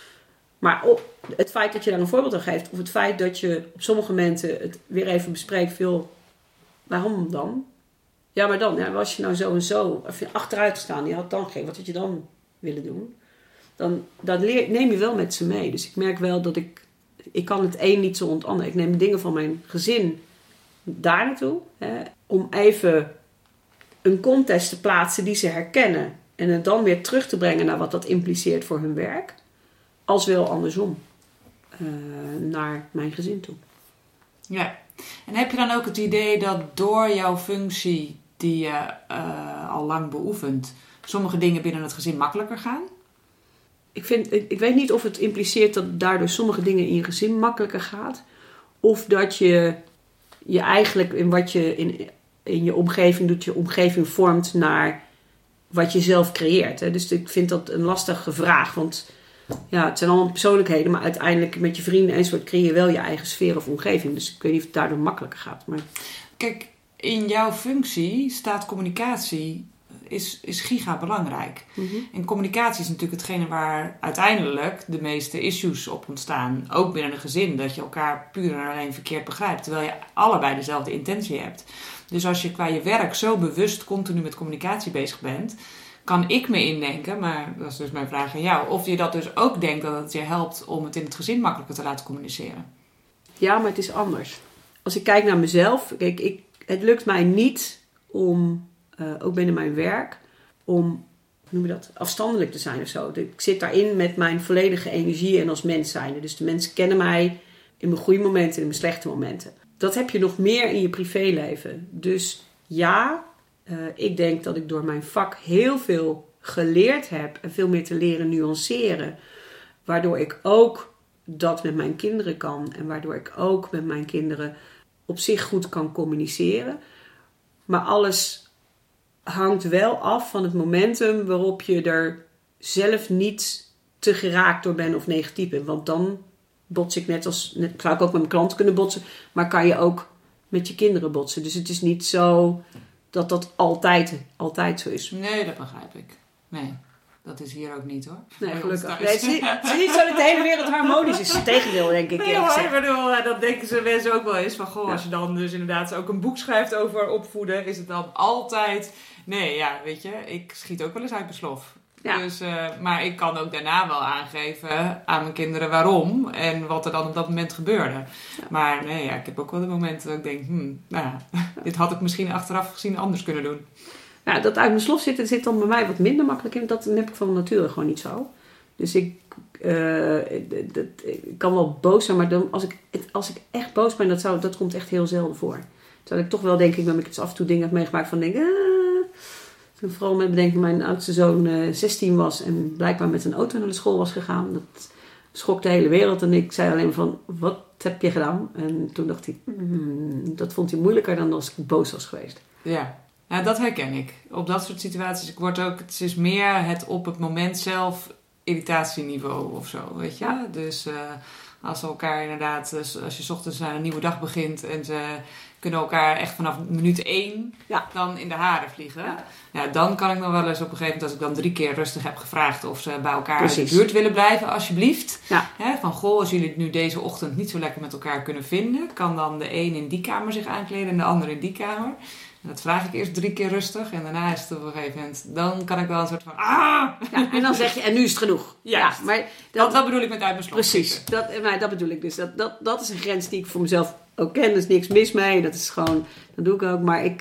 Maar op het feit dat je daar een voorbeeld aan geeft, of het feit dat je op sommige momenten het weer even bespreekt, veel, waarom dan? Ja, maar dan, ja, was je nou zo en zo, of je achteruit gestaan, je had dan geen, wat had je dan willen doen? Dan, dat leer, neem je wel met ze mee. Dus ik merk wel dat ik, ik kan het een niet zo ontanderen. Ik neem dingen van mijn gezin daar naartoe, hè, om even een context te plaatsen die ze herkennen. En het dan weer terug te brengen naar wat dat impliceert voor hun werk. Als wel andersom. Uh, naar mijn gezin toe. Ja. En heb je dan ook het idee dat door jouw functie die je uh, al lang beoefent, sommige dingen binnen het gezin makkelijker gaan? Ik, vind, ik, ik weet niet of het impliceert dat daardoor sommige dingen in je gezin makkelijker gaat. Of dat je je eigenlijk in wat je in, in je omgeving doet, je omgeving vormt naar wat je zelf creëert. Hè? Dus ik vind dat een lastige vraag. Want Ja, het zijn allemaal persoonlijkheden, maar uiteindelijk met je vrienden enzovoort creëer je wel je eigen sfeer of omgeving. Dus ik weet niet of het daardoor makkelijker gaat. Maar... Kijk, in jouw functie staat communicatie is, is giga belangrijk. Mm-hmm. En communicatie is natuurlijk hetgene waar uiteindelijk de meeste issues op ontstaan. Ook binnen een gezin, dat je elkaar puur en alleen verkeerd begrijpt. Terwijl je allebei dezelfde intentie hebt. Dus als je qua je werk zo bewust continu met communicatie bezig bent, kan ik me indenken, maar dat is dus mijn vraag aan jou, of je dat dus ook denkt dat het je helpt om het in het gezin makkelijker te laten communiceren. Ja, maar het is anders. Als ik kijk naar mezelf, kijk, ik, het lukt mij niet om, uh, ook binnen mijn werk, om, hoe noem je dat, afstandelijk te zijn of zo. Ik zit daarin met mijn volledige energie en als mens zijnde. Dus de mensen kennen mij in mijn goede momenten en in mijn slechte momenten. Dat heb je nog meer in je privéleven. Dus ja, uh, ik denk dat ik door mijn vak heel veel geleerd heb en veel meer te leren nuanceren. Waardoor ik ook dat met mijn kinderen kan en waardoor ik ook met mijn kinderen op zich goed kan communiceren. Maar alles hangt wel af van het momentum waarop je er zelf niet te geraakt door bent of negatief bent. Want dan bots ik net als, net, zou ik ook met mijn klanten kunnen botsen, maar kan je ook met je kinderen botsen. Dus het is niet zo dat dat altijd, altijd zo is. Nee, dat begrijp ik. Nee, dat is hier ook niet hoor. Nee, gelukkig. Nee, het, is niet, het is niet zo dat de hele wereld harmonisch is. Het tegendeel, denk ik. Nee hoor, ik bedoel, dat denken ze mensen ook wel eens. Van goh, ja. Als je dan dus inderdaad ook een boek schrijft over opvoeden, is het dan altijd... Nee, ja, weet je, ik schiet ook wel eens uit mijn slof. Ja. Dus, uh, maar ik kan ook daarna wel aangeven aan mijn kinderen waarom en wat er dan op dat moment gebeurde. Ja. Maar nee, ja, ik heb ook wel de momenten dat ik denk, hmm, nou ja, ja. dit had ik misschien achteraf gezien anders kunnen doen. Ja, dat uit mijn slof zitten zit dan bij mij wat minder makkelijk in. Dat heb ik van nature gewoon niet zo. Dus ik, uh, dat, ik kan wel boos zijn, maar dan, als, ik, als ik echt boos ben, dat, zou, dat komt echt heel zelden voor. Terwijl ik toch wel denk ik, dat ik het af en toe dingen heb meegemaakt van denk, ah, vooral met bedenken mijn oudste zoon uh, zestien was en blijkbaar met een auto naar de school was gegaan. Dat schrok de hele wereld en ik zei alleen van, wat heb je gedaan? En toen dacht hij, mm, dat vond hij moeilijker dan als ik boos was geweest. Ja. Ja, dat herken ik. Op dat soort situaties, ik word ook, het is meer het op het moment zelf irritatieniveau of zo, weet je. Ja. Dus uh, als ze elkaar inderdaad, als je 's ochtends aan een nieuwe dag begint en ze kunnen elkaar echt vanaf minuut één ja. dan in de haren vliegen. Ja. Ja, dan kan ik nog wel eens op een gegeven moment, als ik dan drie keer rustig heb gevraagd of ze bij elkaar Precies. in de buurt willen blijven, alsjeblieft. Ja. Hè, van goh, als jullie het nu deze ochtend niet zo lekker met elkaar kunnen vinden, kan dan de een in die kamer zich aankleden en de ander in die kamer. En dat vraag ik eerst drie keer rustig. En daarna is het op een gegeven moment... Dan kan ik wel een soort van... Ah! Ja, en dan zeg je... En nu is het genoeg. Ja, maar dat, dat, dat bedoel ik met uit mijn slof. Precies. Dat, maar dat bedoel ik dus. Dat, dat, dat is een grens die ik voor mezelf ook ken. Er is niks mis mee. Dat is gewoon... Dat doe ik ook. Maar ik...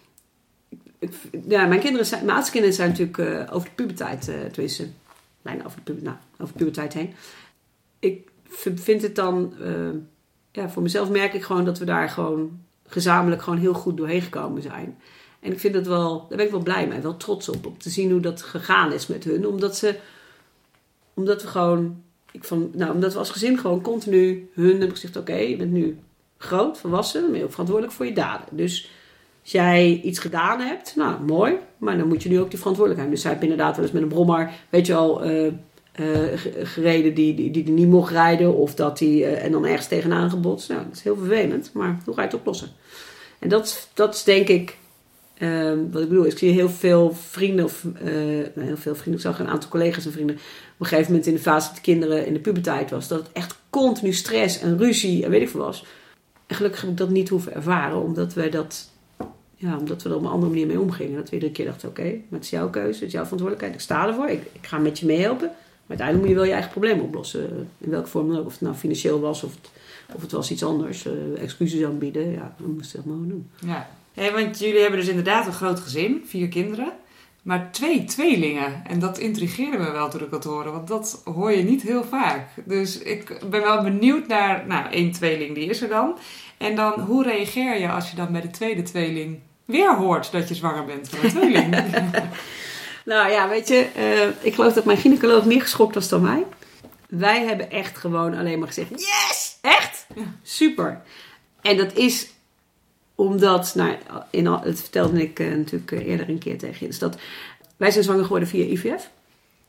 ik ja, mijn kinderen zijn... Mijn oudste kinderen zijn natuurlijk uh, over de puberteit... Uh, tenminste... Bijna over de, puber, nou, over de puberteit heen. Ik vind het dan... Uh, ja, voor mezelf merk ik gewoon dat we daar gewoon... gezamenlijk gewoon heel goed doorheen gekomen zijn. En ik vind dat wel, daar ben ik wel blij mee, wel trots op, om te zien hoe dat gegaan is met hun. Omdat ze, omdat we gewoon, ik van, nou, omdat we als gezin gewoon continu hun hebben gezegd, oké, okay, je bent nu groot, volwassen, dan ben je ook verantwoordelijk voor je daden. Dus als jij iets gedaan hebt, nou, mooi, maar dan moet je nu ook die verantwoordelijkheid. Dus zij heeft inderdaad wel eens met een brommer, weet je al, uh, uh, gereden die, die, die, die niet mocht rijden, of dat die, uh, en dan ergens tegenaan gebotst. Nou, dat is heel vervelend, maar hoe ga je het oplossen? En dat, dat is denk ik, uh, wat ik bedoel, ik zie heel veel vrienden, of uh, heel veel vrienden, ik zag een aantal collega's en vrienden, op een gegeven moment in de fase dat de kinderen in de puberteit was, dat het echt continu stress en ruzie en weet ik veel was. En gelukkig heb ik dat niet hoeven ervaren, omdat wij dat, ja, omdat we er op een andere manier mee omgingen. Dat we iedere keer dachten, oké, okay, maar het is jouw keuze, het is jouw verantwoordelijkheid, ik sta ervoor, ik, ik ga met je meehelpen. Maar uiteindelijk moet je wel je eigen probleem oplossen, in welke vorm dan ook, of het nou financieel was, of het, of het was iets anders, uh, excuses aanbieden, ja, dan moest je dat maar gewoon doen. Ja. Hey, want jullie hebben dus inderdaad een groot gezin, vier kinderen, maar twee tweelingen. En dat intrigeerde me wel toen ik dat hoorde, want dat hoor je niet heel vaak. Dus ik ben wel benieuwd naar, nou, één tweeling, die is er dan. En dan, hoe reageer je als je dan bij de tweede tweeling weer hoort dat je zwanger bent van een tweeling? Nou ja, weet je, uh, ik geloof dat mijn gynaecoloog meer geschokt was dan mij. Wij hebben echt gewoon alleen maar gezegd, yes, echt? Ja. Super. En dat is omdat, nou, in, dat vertelde ik uh, natuurlijk eerder een keer tegen je, dus dat wij zijn zwanger geworden via I V F.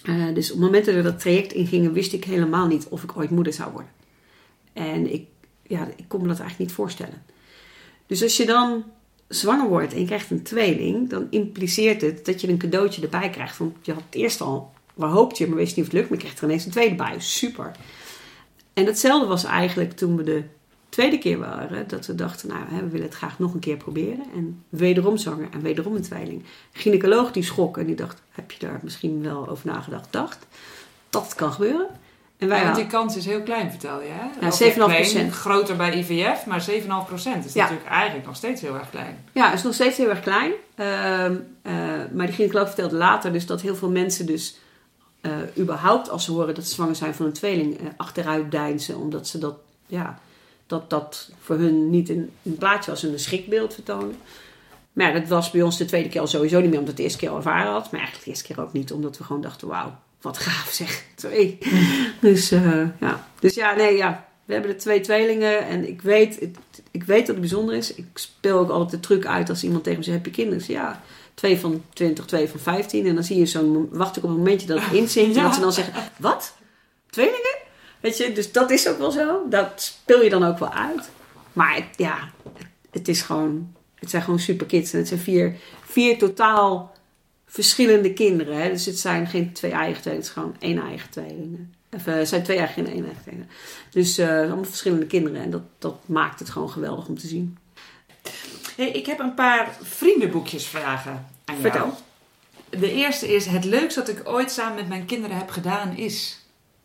Uh, dus op het moment dat we dat traject ingingen, wist ik helemaal niet of ik ooit moeder zou worden. En ik, ja, ik kon me dat eigenlijk niet voorstellen. Dus als je dan zwanger wordt en je krijgt een tweeling, dan impliceert het dat je een cadeautje erbij krijgt. Want je had het eerst al, waar hoopte je, maar wist niet of het lukt, maar je krijgt er ineens een tweede bij. Super. En datzelfde was eigenlijk toen we de tweede keer waren, dat we dachten, nou, we willen het graag nog een keer proberen. En wederom zwanger en wederom een tweeling. De gynaecoloog die schrok en die dacht, heb je daar misschien wel over nagedacht? Dacht dat het kan gebeuren. En wij ja, want hadden, die kans is heel klein, vertel je. Hè? Ja, zeven komma vijf procent. Groter bij I V F, maar zeven komma vijf procent is ja. natuurlijk eigenlijk nog steeds heel erg klein. Ja, het is nog steeds heel erg klein. Uh, uh, maar die gynaecoloog vertelde later dus dat heel veel mensen dus uh, überhaupt als ze horen dat ze zwanger zijn van een tweeling uh, achteruit deinzen. Omdat ze dat, ja, dat, dat voor hun niet een, een plaatje was en een schrikbeeld vertonen. Maar ja, dat was bij ons de tweede keer al sowieso niet meer omdat ik de eerste keer al ervaren had. Maar eigenlijk de eerste keer ook niet, omdat we gewoon dachten, wauw. Wat gaaf zeg. Sorry. Dus, uh, ja. dus ja, nee, ja. We hebben de twee tweelingen. En ik weet, ik, ik weet dat het bijzonder is. Ik speel ook altijd de truc uit als iemand tegen me zegt, heb je kinderen? Dus ja, twee van twintig, twee van vijftien. En dan zie je zo'n, wacht ik op een momentje dat het inzinkt. Ja. En dat ze dan zeggen, wat? Tweelingen? Weet je, dus dat is ook wel zo. Dat speel je dan ook wel uit. Maar het, ja, het, het is gewoon, het zijn gewoon super kids. En het zijn vier, vier totaal verschillende kinderen. Hè? Dus het zijn geen twee eigen tweelingen, het is gewoon één eigen tweelingen. Of, uh, het zijn twee eigen en één eigen tweelingen. Dus uh, allemaal verschillende kinderen. En dat, dat maakt het gewoon geweldig om te zien. Hey, ik heb een paar vriendenboekjes vragen aan jou. Vertel. De eerste is, het leukste dat ik ooit samen met mijn kinderen heb gedaan is...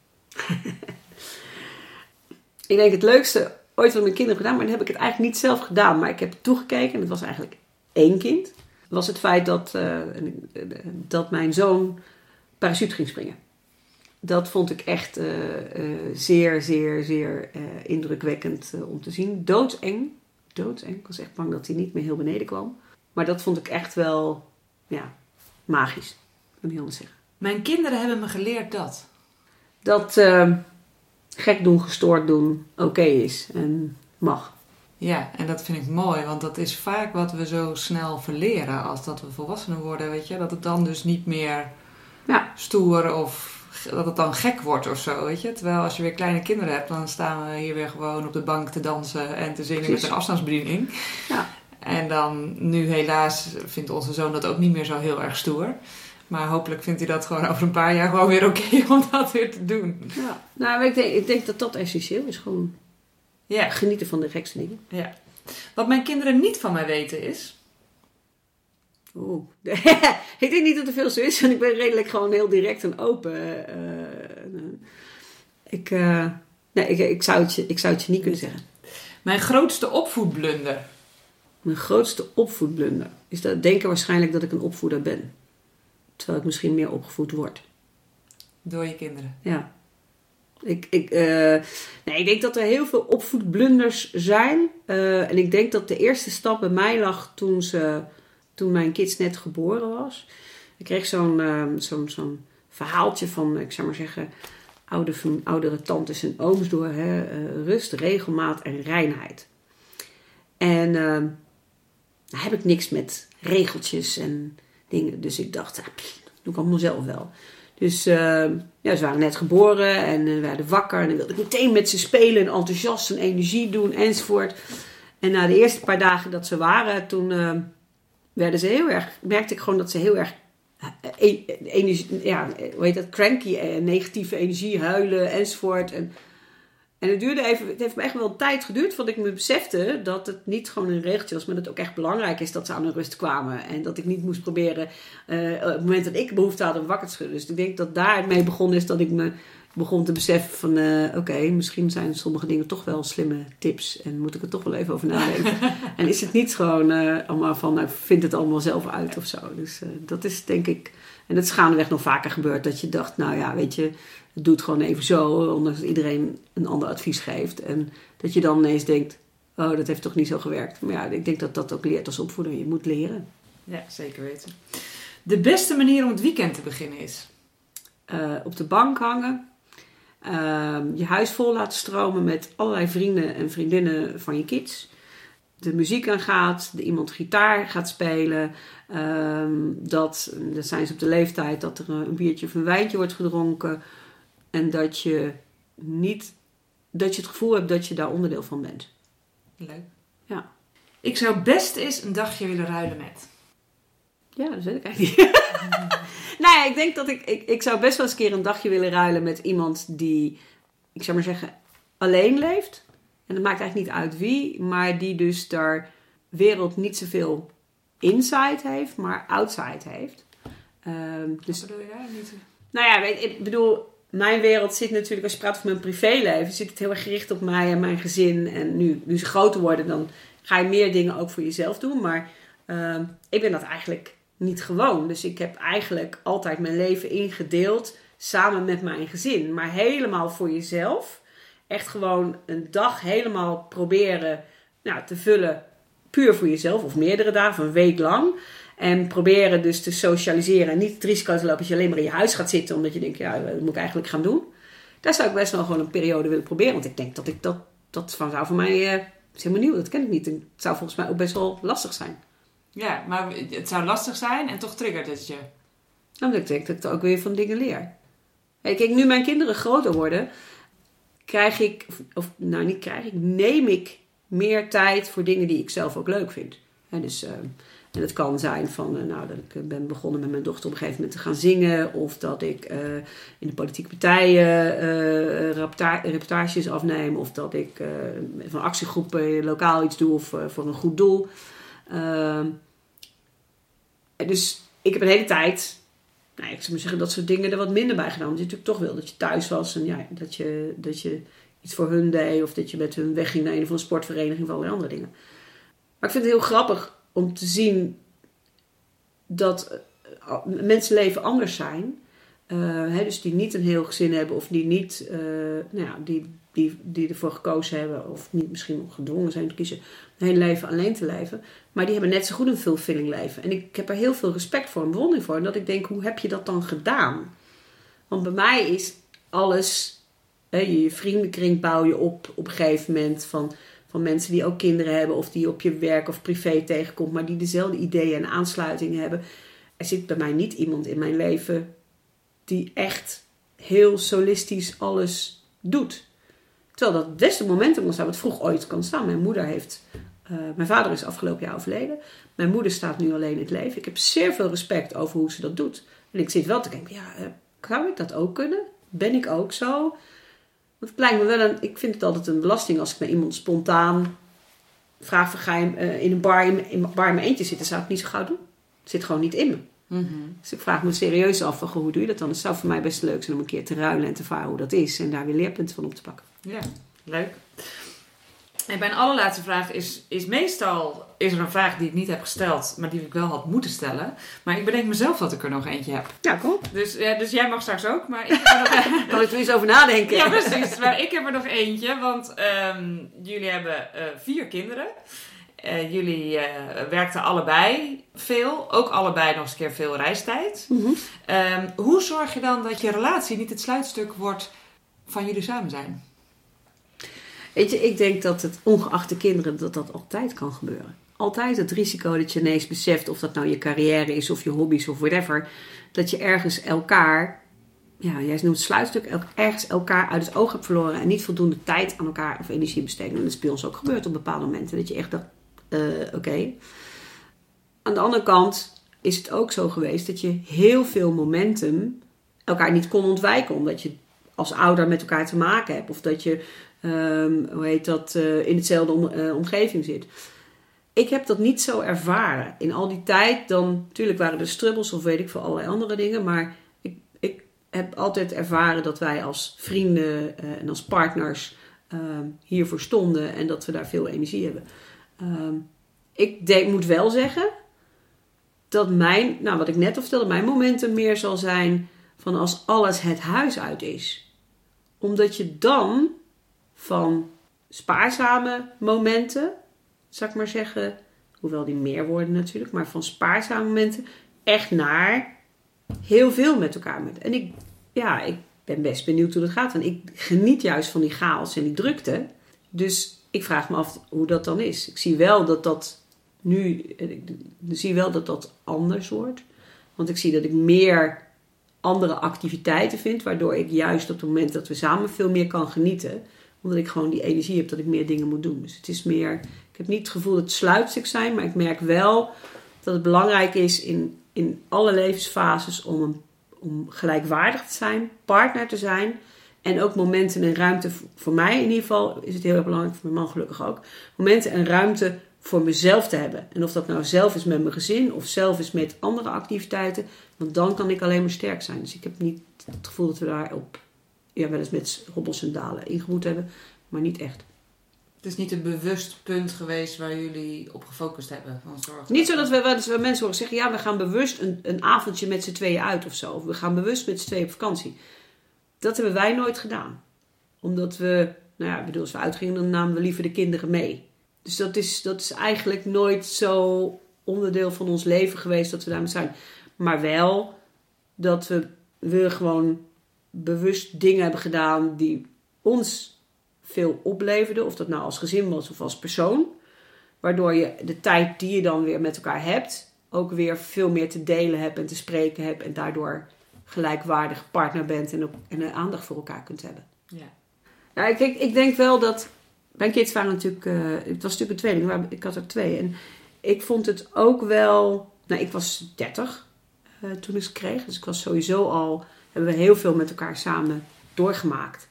Ik denk het leukste ooit wat mijn kinderen gedaan, maar dan heb ik het eigenlijk niet zelf gedaan. Maar ik heb toegekeken en het was eigenlijk één kind. Was het feit dat, uh, dat mijn zoon parachute ging springen. Dat vond ik echt uh, uh, zeer, zeer, zeer uh, indrukwekkend uh, om te zien. Doodseng. Doodseng. Ik was echt bang dat hij niet meer heel beneden kwam. Maar dat vond ik echt wel, ja, magisch. Om niet anders zeggen. Mijn kinderen hebben me geleerd dat. Dat uh, gek doen, gestoord doen, oké okay is en mag. Ja, en dat vind ik mooi, want dat is vaak wat we zo snel verleren als dat we volwassenen worden, weet je. Dat het dan dus niet meer ja. stoer of dat het dan gek wordt of zo, weet je. Terwijl als je weer kleine kinderen hebt, dan staan we hier weer gewoon op de bank te dansen en te zingen Precies. met een afstandsbediening. Ja. En dan nu helaas vindt onze zoon dat ook niet meer zo heel erg stoer. Maar hopelijk vindt hij dat gewoon over een paar jaar gewoon weer oké okay om dat weer te doen. Ja. Nou, ik denk, ik denk dat dat essentieel is, gewoon... Ja, genieten van de gekste dingen. Ja. Wat mijn kinderen niet van mij weten is... Oeh. Ik denk niet dat er veel zo is. Want ik ben redelijk gewoon heel direct en open. Uh, ik, uh, nee, ik, ik, zou het je, ik zou het je niet kunnen zeggen. Mijn grootste opvoedblunder? Mijn grootste opvoedblunder? Is dat denken waarschijnlijk dat ik een opvoeder ben. Terwijl ik misschien meer opgevoed word. Door je kinderen? Ja. Ik, ik, uh, nee, ik denk dat er heel veel opvoedblunders zijn. Uh, en ik denk dat de eerste stap bij mij lag toen, ze, toen mijn kids net geboren was. Ik kreeg zo'n, uh, zo'n, zo'n verhaaltje van, ik zou maar zeggen, oude, oudere tantes en ooms door. Hè? Uh, rust, regelmaat en reinheid. En uh, daar heb ik niks met regeltjes en dingen. Dus ik dacht, ah, pff, dat doe ik allemaal zelf wel. Dus uh, ja, ze waren net geboren en uh, werden wakker. En dan wilde ik meteen met ze spelen en enthousiast en energie doen enzovoort. En na de eerste paar dagen dat ze waren, toen uh, werden ze heel erg, merkte ik gewoon dat ze heel erg uh, energie, ja, hoe heet dat, cranky, uh, negatieve energie, huilen enzovoort. En, en het duurde even, het heeft me echt wel een tijd geduurd voordat ik me besefte dat het niet gewoon een regeltje was, maar dat het ook echt belangrijk is dat ze aan hun rust kwamen. En dat ik niet moest proberen, uh, op het moment dat ik behoefte had om wakker te schudden. Dus ik denk dat daar mee begonnen is dat ik me begon te beseffen van, uh, oké, okay, misschien zijn sommige dingen toch wel slimme tips en moet ik er toch wel even over nadenken. En is het niet gewoon uh, allemaal van, nou, vind het allemaal zelf uit of zo. Dus uh, dat is denk ik, en dat is gaandeweg nog vaker gebeurd, dat je dacht, nou ja, weet je, het doet gewoon even zo, ondanks dat iedereen een ander advies geeft. En dat je dan ineens denkt, oh, dat heeft toch niet zo gewerkt. Maar ja, ik denk dat dat ook leert als opvoeder. Je moet leren. Ja, zeker weten. De beste manier om het weekend te beginnen is? Uh, op de bank hangen. Uh, je huis vol laten stromen met allerlei vrienden en vriendinnen van je kids. de muziek aan gaat, dat iemand gitaar gaat spelen. Um, dat, dan zijn ze op de leeftijd dat er een biertje of een wijntje wordt gedronken. En dat je niet, dat je het gevoel hebt dat je daar onderdeel van bent. Leuk. Ja. Ik zou best eens een dagje willen ruilen met. Ja, dat weet ik eigenlijk niet. Nou ja, ik denk dat ik, ik... Ik zou best wel eens een keer een dagje willen ruilen met iemand die, ik zou maar zeggen, alleen leeft. En dat maakt eigenlijk niet uit wie. Maar die dus daar wereld niet zoveel inside heeft, maar outside heeft. Um, dus, Wat bedoel je daar niet? Nou ja, weet, ik bedoel... Mijn wereld zit natuurlijk, als je praat over mijn privéleven, zit het heel erg gericht op mij en mijn gezin. En nu, nu ze groter worden, dan ga je meer dingen ook voor jezelf doen. Maar uh, ik ben dat eigenlijk niet gewoon. Dus ik heb eigenlijk altijd mijn leven ingedeeld samen met mijn gezin. Maar helemaal voor jezelf. Echt gewoon een dag helemaal proberen nou, te vullen puur voor jezelf. Of meerdere dagen, een week lang. En proberen dus te socialiseren. En niet het risico te lopen dat je alleen maar in je huis gaat zitten. Omdat je denkt, ja, dat moet ik eigenlijk gaan doen. Daar zou ik best wel gewoon een periode willen proberen. Want ik denk dat ik dat, dat van zou voor mij... Uh, is helemaal nieuw, dat ken ik niet. En het zou volgens mij ook best wel lastig zijn. Ja, maar het zou lastig zijn en toch triggert het je. Nou, ik denk dat ik er ook weer van dingen leer. Kijk, nu mijn kinderen groter worden... Krijg ik... Of nou, niet krijg ik... Neem ik meer tijd voor dingen die ik zelf ook leuk vind. En dus... Uh, En het kan zijn van, uh, nou, dat ik ben begonnen met mijn dochter op een gegeven moment te gaan zingen. Of dat ik uh, in de politieke partijen uh, reporta- reportages afneem. Of dat ik uh, van actiegroepen lokaal iets doe of uh, voor een goed doel. Uh, dus ik heb een hele tijd, nou, ik zou maar zeggen, dat soort dingen er wat minder bij gedaan. Want je natuurlijk toch wil dat je thuis was. En ja, dat je, dat je iets voor hun deed. Of dat je met hun wegging naar een of andere sportvereniging of allerlei andere dingen. Maar ik vind het heel grappig om te zien dat uh, mensen leven anders zijn. Uh, hè, dus die niet een heel gezin hebben. Of die niet, uh, nou ja, die, die, die ervoor gekozen hebben. Of niet misschien gedwongen zijn te kiezen. Een hele leven alleen te leven. Maar die hebben net zo goed een fulfilling leven. En ik heb er heel veel respect voor en bewondering voor. En dat ik denk, hoe heb je dat dan gedaan? Want bij mij is alles... Hè, je vriendenkring bouw je op op een gegeven moment van... Van mensen die ook kinderen hebben of die op je werk of privé tegenkomt. Maar die dezelfde ideeën en aansluitingen hebben. Er zit bij mij niet iemand in mijn leven die echt heel solistisch alles doet. Terwijl dat het beste momentum kan staan wat vroeg ooit kan staan. Mijn moeder heeft... Uh, mijn vader is afgelopen jaar overleden. Mijn moeder staat nu alleen in het leven. Ik heb zeer veel respect over hoe ze dat doet. En ik zit wel te denken, ja, uh, zou ik dat ook kunnen? Ben ik ook zo? Want het lijkt me wel een... Ik vind het altijd een belasting als ik met iemand spontaan vraag van ga je uh, in een bar in, in, bar in mijn eentje zitten. Zou ik niet zo gauw doen. Het zit gewoon niet in me. Mm-hmm. Dus ik vraag me serieus af van hoe doe je dat dan? Het zou voor mij best leuk zijn om een keer te ruilen en te varen hoe dat is. En daar weer leerpunten van op te pakken. Ja, leuk. En mijn allerlaatste vraag is, is meestal is er een vraag die ik niet heb gesteld, maar die ik wel had moeten stellen. Maar ik bedenk mezelf dat ik er nog eentje heb. Ja, kom. Dus, ja, dus jij mag straks ook, maar ik heb er nog... Kan ik er eens over nadenken? Ja, precies. Maar ik heb er nog eentje, want um, jullie hebben uh, vier kinderen. Uh, jullie uh, werkten allebei veel, ook allebei nog eens een keer veel reistijd. Mm-hmm. Um, hoe zorg je dan dat je relatie niet het sluitstuk wordt van jullie samen zijn? Weet je, ik denk dat het ongeacht de kinderen dat dat altijd kan gebeuren. Altijd het risico dat je ineens beseft of dat nou je carrière is of je hobby's of whatever. Dat je ergens elkaar, ja, jij noemt het sluitstuk, ergens elkaar uit het oog hebt verloren en niet voldoende tijd aan elkaar of energie besteedt. En dat is bij ons ook gebeurd op bepaalde momenten. Dat je echt dacht, uh, oké. Okay. Aan de andere kant is het ook zo geweest dat je heel veel momentum elkaar niet kon ontwijken. Omdat je als ouder met elkaar te maken hebt. Of dat je, um, hoe heet dat, uh, in hetzelfde om, uh, omgeving zit. Ik heb dat niet zo ervaren. In al die tijd dan, natuurlijk waren er strubbels of weet ik veel allerlei andere dingen. Maar ik, ik heb altijd ervaren dat wij als vrienden uh, en als partners uh, hiervoor stonden. En dat we daar veel energie hebben. Um, ik denk, moet wel zeggen dat mijn, nou wat ik net al vertelde, mijn momentum meer zal zijn van als alles het huis uit is. Omdat je dan van spaarzame momenten, zal ik maar zeggen, hoewel die meer worden natuurlijk, maar van spaarzame momenten echt naar heel veel met elkaar met. En ik, ja, ik ben best benieuwd hoe dat gaat. Want ik geniet juist van die chaos en die drukte. Dus ik vraag me af hoe dat dan is. Ik zie wel dat dat nu, ik zie wel dat dat anders wordt. Want ik zie dat ik meer andere activiteiten vind, waardoor ik juist op het moment dat we samen veel meer kan genieten, omdat ik gewoon die energie heb dat ik meer dingen moet doen. Dus het is meer, ik heb niet het gevoel dat het sluitstuk zijn, maar ik merk wel dat het belangrijk is in, in alle levensfases om, een, om gelijkwaardig te zijn, partner te zijn en ook momenten en ruimte, voor mij in ieder geval is het heel erg belangrijk, voor mijn man gelukkig ook, momenten en ruimte voor mezelf te hebben. En of dat nou zelf is met mijn gezin of zelf is met andere activiteiten, want dan kan ik alleen maar sterk zijn. Dus ik heb niet het gevoel dat we daar op, ja, wel eens met hobbels en dalen ingemoet hebben, maar niet echt. Het is niet een bewust punt geweest waar jullie op gefocust hebben? Van zorg niet zo dat we, dat we mensen horen zeggen, ja, we gaan bewust een, een avondje met z'n tweeën uit of zo. Of we gaan bewust met z'n tweeën op vakantie. Dat hebben wij nooit gedaan. Omdat we, nou ja, ik bedoel, als we uitgingen, dan namen we liever de kinderen mee. Dus dat is, dat is eigenlijk nooit zo onderdeel van ons leven geweest dat we daarmee zijn. Maar wel dat we, we gewoon bewust dingen hebben gedaan die ons veel opleverden. Of dat nou als gezin was of als persoon. Waardoor je de tijd die je dan weer met elkaar hebt, ook weer veel meer te delen hebt en te spreken hebt. En daardoor gelijkwaardig partner bent en, ook, en aandacht voor elkaar kunt hebben. Ja. Nou, kijk, ik denk wel dat mijn kids waren natuurlijk, uh, het was natuurlijk een tweeling, maar ik had er twee. En ik vond het ook wel, nou ik was dertig uh, toen ik ze kreeg. Dus ik was sowieso al, hebben we heel veel met elkaar samen doorgemaakt.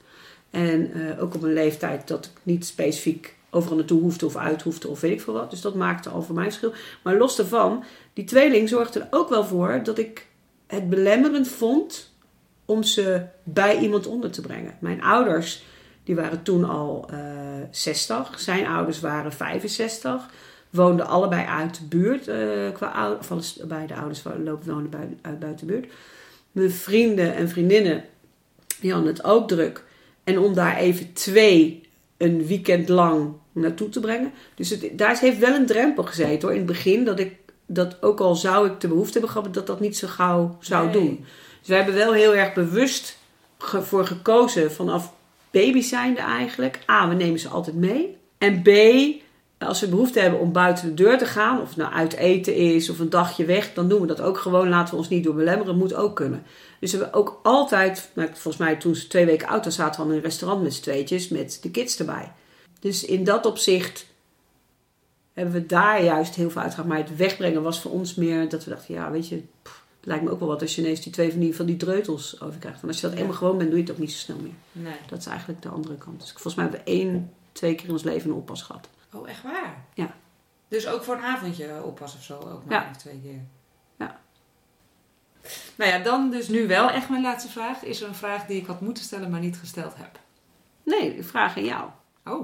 En uh, ook op een leeftijd dat ik niet specifiek overal naartoe hoefde of uit hoefde of weet ik veel wat. Dus dat maakte al voor mij verschil. Maar los daarvan, die tweeling zorgde er ook wel voor dat ik het belemmerend vond om ze bij iemand onder te brengen. Mijn ouders, die waren toen al uh, zestig. Zijn ouders waren vijfenzestig. Woonden allebei uit de buurt. Uh, qua ouder, of alles, beide ouders lopen woonden buiten, uit buiten de buurt. Mijn vrienden en vriendinnen, die hadden het ook druk. En om daar even twee een weekend lang naartoe te brengen. Dus het, daar heeft wel een drempel gezeten hoor. In het begin dat ik, dat ook al zou ik de behoefte hebben gehad, dat dat niet zo gauw zou nee. doen. Dus we hebben wel heel erg bewust ge, voor gekozen vanaf baby zijnde eigenlijk. A, we nemen ze altijd mee. En B, als we behoefte hebben om buiten de deur te gaan, of het nou uit eten is of een dagje weg, dan doen we dat ook gewoon. Laten we ons niet door belemmeren, moet ook kunnen. Dus we hebben ook altijd, nou, volgens mij toen ze twee weken oud was, zaten we al in een restaurant met z'n tweetjes met de kids erbij. Dus in dat opzicht hebben we daar juist heel veel uitgehaald. Maar het wegbrengen was voor ons meer dat we dachten, ja weet je, pff, het lijkt me ook wel wat als je ineens die twee van die, van die dreutels overkrijgt. Want als je dat ja. eenmaal gewoon bent, doe je het ook niet zo snel meer. Nee. Dat is eigenlijk de andere kant. Dus volgens mij hebben we één, twee keer in ons leven een oppas gehad. Oh, echt waar? Ja. Dus ook voor een avondje oppas of zo? Ook maar ja. twee keer? Ja. Nou ja, dan dus nu wel echt mijn laatste vraag. Is er een vraag die ik had moeten stellen, maar niet gesteld heb? Nee, ik vraag aan jou. Oh.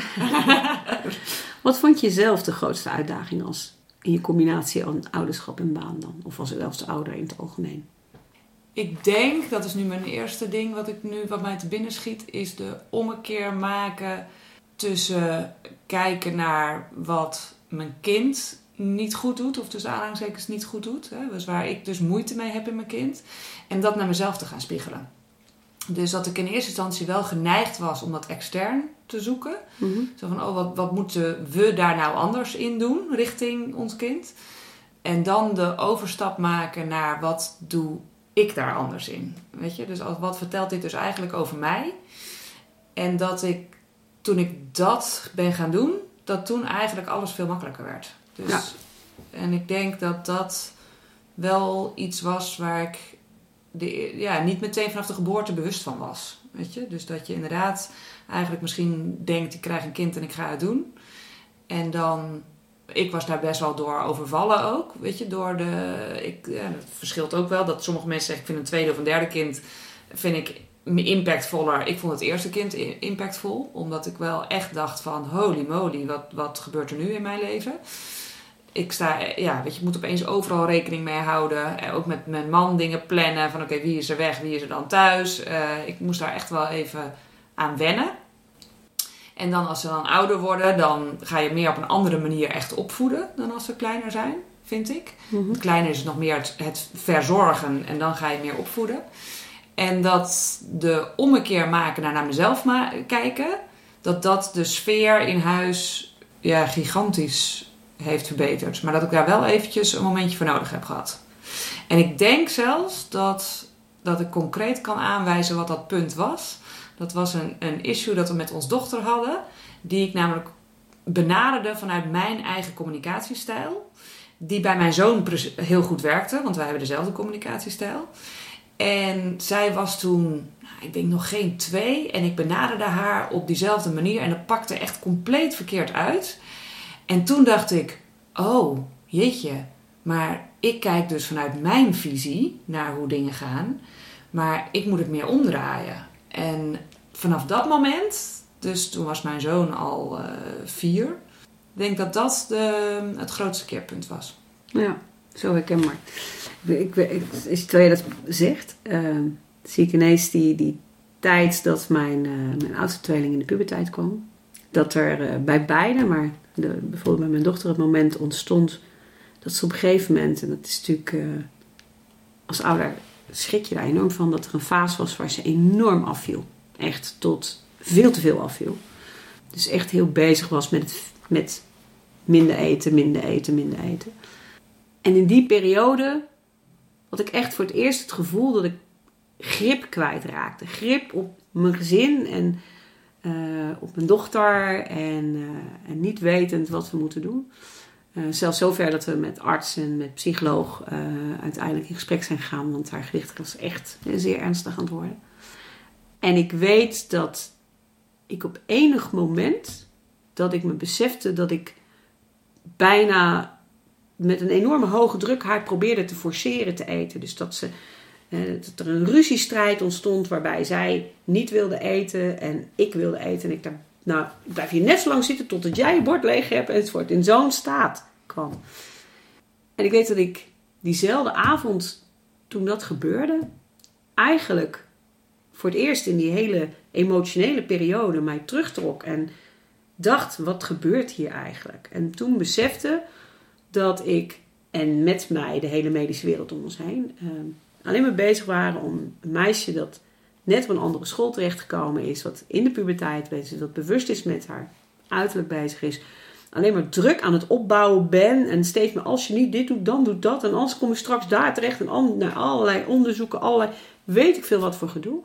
Wat vond je zelf de grootste uitdaging als in je combinatie aan ouderschap en baan dan? Of als zelfs ouder in het algemeen? Ik denk, dat is nu mijn eerste ding wat ik nu wat mij te binnen schiet, is de ommekeer maken tussen kijken naar wat mijn kind niet goed doet, of tussen aanhalingstekens niet goed doet. Hè, dus waar ik dus moeite mee heb in mijn kind. En dat naar mezelf te gaan spiegelen. Dus dat ik in eerste instantie wel geneigd was om dat extern te zoeken. Mm-hmm. Zo van, oh, wat, wat moeten we daar nou anders in doen richting ons kind? En dan de overstap maken naar wat doe ik daar anders in? Weet je? Dus wat vertelt dit dus eigenlijk over mij? En dat ik, toen ik dat ben gaan doen, dat toen eigenlijk alles veel makkelijker werd. Dus, ja. En ik denk dat dat wel iets was waar ik de, ja, niet meteen vanaf de geboorte bewust van was. Weet je? Dus dat je inderdaad eigenlijk misschien denkt, ik krijg een kind en ik ga het doen. En dan, ik was daar best wel door overvallen ook. Weet je, door de, ik, ja, het verschilt ook wel. Dat sommige mensen zeggen, ik vind een tweede of een derde kind, vind ik impactvoller. Ik vond het eerste kind impactvol. Omdat ik wel echt dacht van, holy moly, wat, wat gebeurt er nu in mijn leven? Ik sta, ja, weet je, ik moet opeens overal rekening mee houden. Ook met mijn man dingen plannen. Van oké, okay, wie is er weg, wie is er dan thuis? Uh, ik moest daar echt wel even aan wennen. En dan als ze dan ouder worden, dan ga je meer op een andere manier echt opvoeden dan als ze kleiner zijn, vind ik. Mm-hmm. Kleiner is nog meer het, het verzorgen en dan ga je meer opvoeden. En dat de ommekeer maken naar naar mezelf ma- kijken, dat dat de sfeer in huis ja, gigantisch heeft verbeterd. Maar dat ik daar wel eventjes een momentje voor nodig heb gehad. En ik denk zelfs dat, dat ik concreet kan aanwijzen wat dat punt was. Dat was een, een issue dat we met ons dochter hadden. Die ik namelijk benaderde vanuit mijn eigen communicatiestijl. Die bij mijn zoon heel goed werkte. Want wij hebben dezelfde communicatiestijl. En zij was toen, nou, ik denk nog geen twee. En ik benaderde haar op diezelfde manier. En dat pakte echt compleet verkeerd uit. En toen dacht ik, oh jeetje. Maar ik kijk dus vanuit mijn visie naar hoe dingen gaan. Maar ik moet het meer omdraaien. En vanaf dat moment, dus toen was mijn zoon al uh, vier. Ik denk dat dat de, het grootste keerpunt was. Ja, zo herkenbaar. Ik, ik, ik, terwijl je dat zegt, uh, zie ik ineens die, die tijd dat mijn, uh, mijn oudste tweeling in de puberteit kwam. Dat er uh, bij beide, maar de, bijvoorbeeld bij mijn dochter het moment ontstond dat ze op een gegeven moment, en dat is natuurlijk uh, als ouder schrik je daar enorm van, dat er een fase was waar ze enorm afviel. Echt tot veel te veel afviel. Dus echt heel bezig was met, het, met minder eten, minder eten, minder eten. En in die periode had ik echt voor het eerst het gevoel dat ik grip kwijtraakte. Grip op mijn gezin en uh, op mijn dochter en, uh, en niet wetend wat we moeten doen. Uh, zelfs zover dat we met arts en met psycholoog uh, uiteindelijk in gesprek zijn gegaan. Want haar gewicht was echt zeer ernstig aan het worden. En ik weet dat ik op enig moment dat ik me besefte dat ik bijna met een enorme hoge druk haar probeerde te forceren te eten. Dus dat, ze, uh, dat er een ruziestrijd ontstond waarbij zij niet wilde eten en ik wilde eten. En ik dacht, nou, ik blijf hier net zo lang zitten totdat jij je bord leeg hebt enzovoort. In zo'n staat kwam. En ik weet dat ik diezelfde avond, toen dat gebeurde, eigenlijk voor het eerst in die hele emotionele periode mij terugtrok en dacht, wat gebeurt hier eigenlijk? En toen besefte dat ik, en met mij de hele medische wereld om ons heen, uh, alleen maar bezig waren om een meisje dat net op een andere school terechtgekomen is, wat in de puberteit bezig is, wat bewust is met haar uiterlijk bezig is, alleen maar druk aan het opbouwen ben en steeds meer, als je niet dit doet, dan doet dat en anders kom je straks daar terecht en al, naar allerlei onderzoeken, allerlei, weet ik veel wat voor gedoe.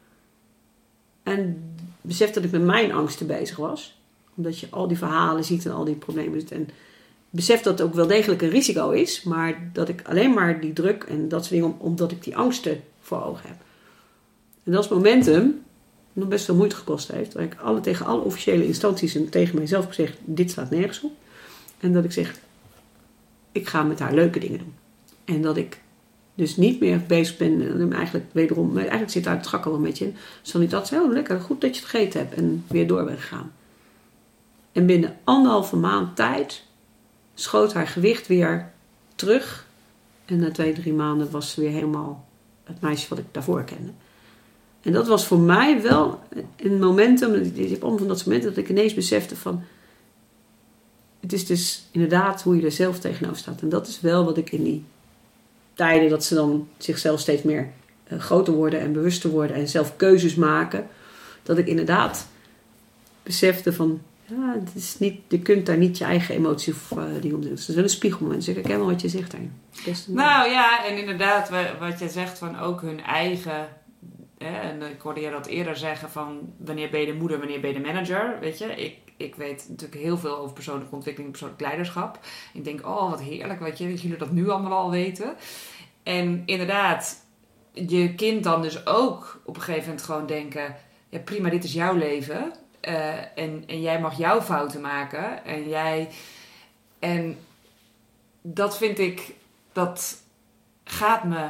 En besef dat ik met mijn angsten bezig was, omdat je al die verhalen ziet en al die problemen ziet en besef dat het ook wel degelijk een risico is, maar dat ik alleen maar die druk en dat soort dingen, omdat ik die angsten voor ogen heb. En dat is momentum, nog best veel moeite gekost heeft, waar ik alle, tegen alle officiële instanties en tegen mijzelf heb gezegd, dit slaat nergens op. En dat ik zeg, ik ga met haar leuke dingen doen. En dat ik dus niet meer bezig ben, en eigenlijk wederom, maar eigenlijk zit daar het gak al een beetje in. Zo niet dat, zo lekker, goed dat je het gegeten hebt en weer door ben gegaan. En binnen anderhalve maand tijd schoot haar gewicht weer terug. En na twee, drie maanden was ze weer helemaal het meisje wat ik daarvoor kende. En dat was voor mij wel een momentum, ik heb allemaal van dat soort momenten, dat ik ineens besefte van, het is dus inderdaad hoe je er zelf tegenover staat. En dat is wel wat ik in die tijden, dat ze dan zichzelf steeds meer uh, groter worden en bewuster worden en zelf keuzes maken, dat ik inderdaad besefte van, ja, het is niet, je kunt daar niet je eigen emotie of uh, dingen op doen. Het is wel een spiegelmoment. Dus ik herken wel wat je zegt daar. Nou ja, en inderdaad, wat je zegt van ook hun eigen. Hè, en ik hoorde je dat eerder zeggen van wanneer ben je de moeder, wanneer ben je de manager. Weet je, ik, ik weet natuurlijk heel veel over persoonlijke ontwikkeling, persoonlijk leiderschap. Ik denk, oh wat heerlijk, weet je, dat jullie dat nu allemaal al weten. En inderdaad, je kind dan dus ook op een gegeven moment gewoon denken, ja prima, dit is jouw leven. Uh, en, en jij mag jouw fouten maken. En jij. En dat vind ik. Dat gaat me.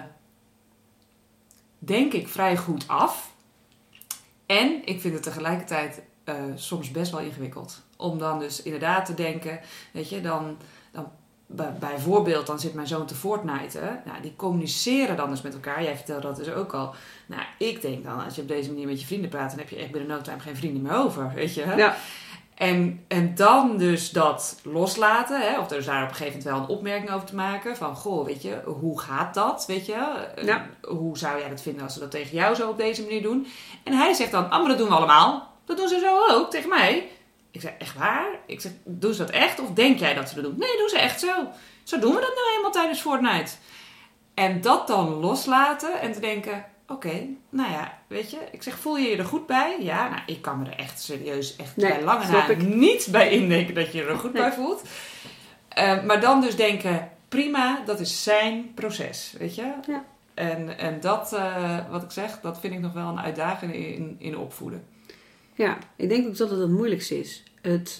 Denk ik vrij goed af. En ik vind het tegelijkertijd uh, soms best wel ingewikkeld. Om dan dus inderdaad te denken. Weet je, dan. dan bijvoorbeeld, dan zit mijn zoon te Fortniten. Nou, die communiceren dan dus met elkaar. Jij vertelde dat dus ook al. Nou, ik denk dan, als je op deze manier met je vrienden praat, dan heb je echt binnen no time geen vrienden meer over, weet je. Ja. En, en dan dus dat loslaten, hè, of dus daar op een gegeven moment wel een opmerking over te maken. Van, goh, weet je, hoe gaat dat, weet je? Ja. Hoe zou jij dat vinden als ze dat tegen jou zo op deze manier doen? En hij zegt dan, ah, maar dat doen we allemaal. dat doen ze zo ook tegen mij. Ik zeg, echt waar? Ik zeg, doen ze dat echt? Of denk jij dat ze dat doen? Nee, doen ze echt zo. Zo doen we dat nou helemaal tijdens Fortnite. En dat dan loslaten en te denken, oké, okay, nou ja, weet je. Ik zeg, voel je je er goed bij? Ja, nou, ik kan me er echt serieus, echt nee, bij lange na niet bij indenken dat je er goed nee. bij voelt. Uh, maar dan dus denken, prima, dat is zijn proces, weet je. Ja. En, en dat, uh, wat ik zeg, dat vind ik nog wel een uitdaging in, in opvoeden. Ja, ik denk ook dat het het moeilijkste is. Het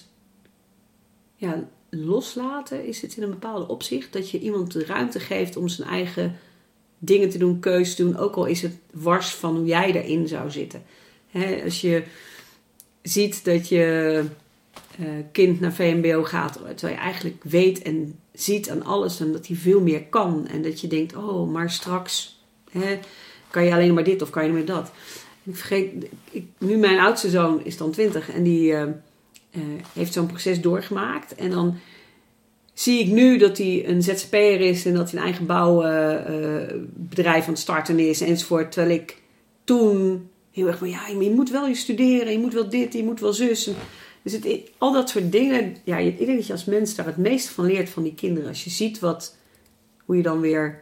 ja, loslaten is het in een bepaalde opzicht. Dat je iemand de ruimte geeft om zijn eigen dingen te doen, keuzes te doen. Ook al is het wars van hoe jij daarin zou zitten. Hè, als je ziet dat je uh, kind naar V M B O gaat. Terwijl je eigenlijk weet en ziet aan alles. En dat hij veel meer kan. En dat je denkt, oh, maar straks hè, kan je alleen maar dit of kan je alleen maar dat. Ik vergeet, ik, nu mijn oudste zoon is dan twintig en die uh, uh, heeft zo'n proces doorgemaakt. En dan zie ik nu dat hij een Z Z P'er is en dat hij een eigen bouwbedrijf uh, aan het starten is enzovoort. Terwijl ik toen heel erg van ja, je moet wel je studeren, je moet wel dit, je moet wel zus. Dus het, al dat soort dingen, ja, ik denk dat je als mens daar het meeste van leert van die kinderen. Als je ziet wat, hoe je dan weer,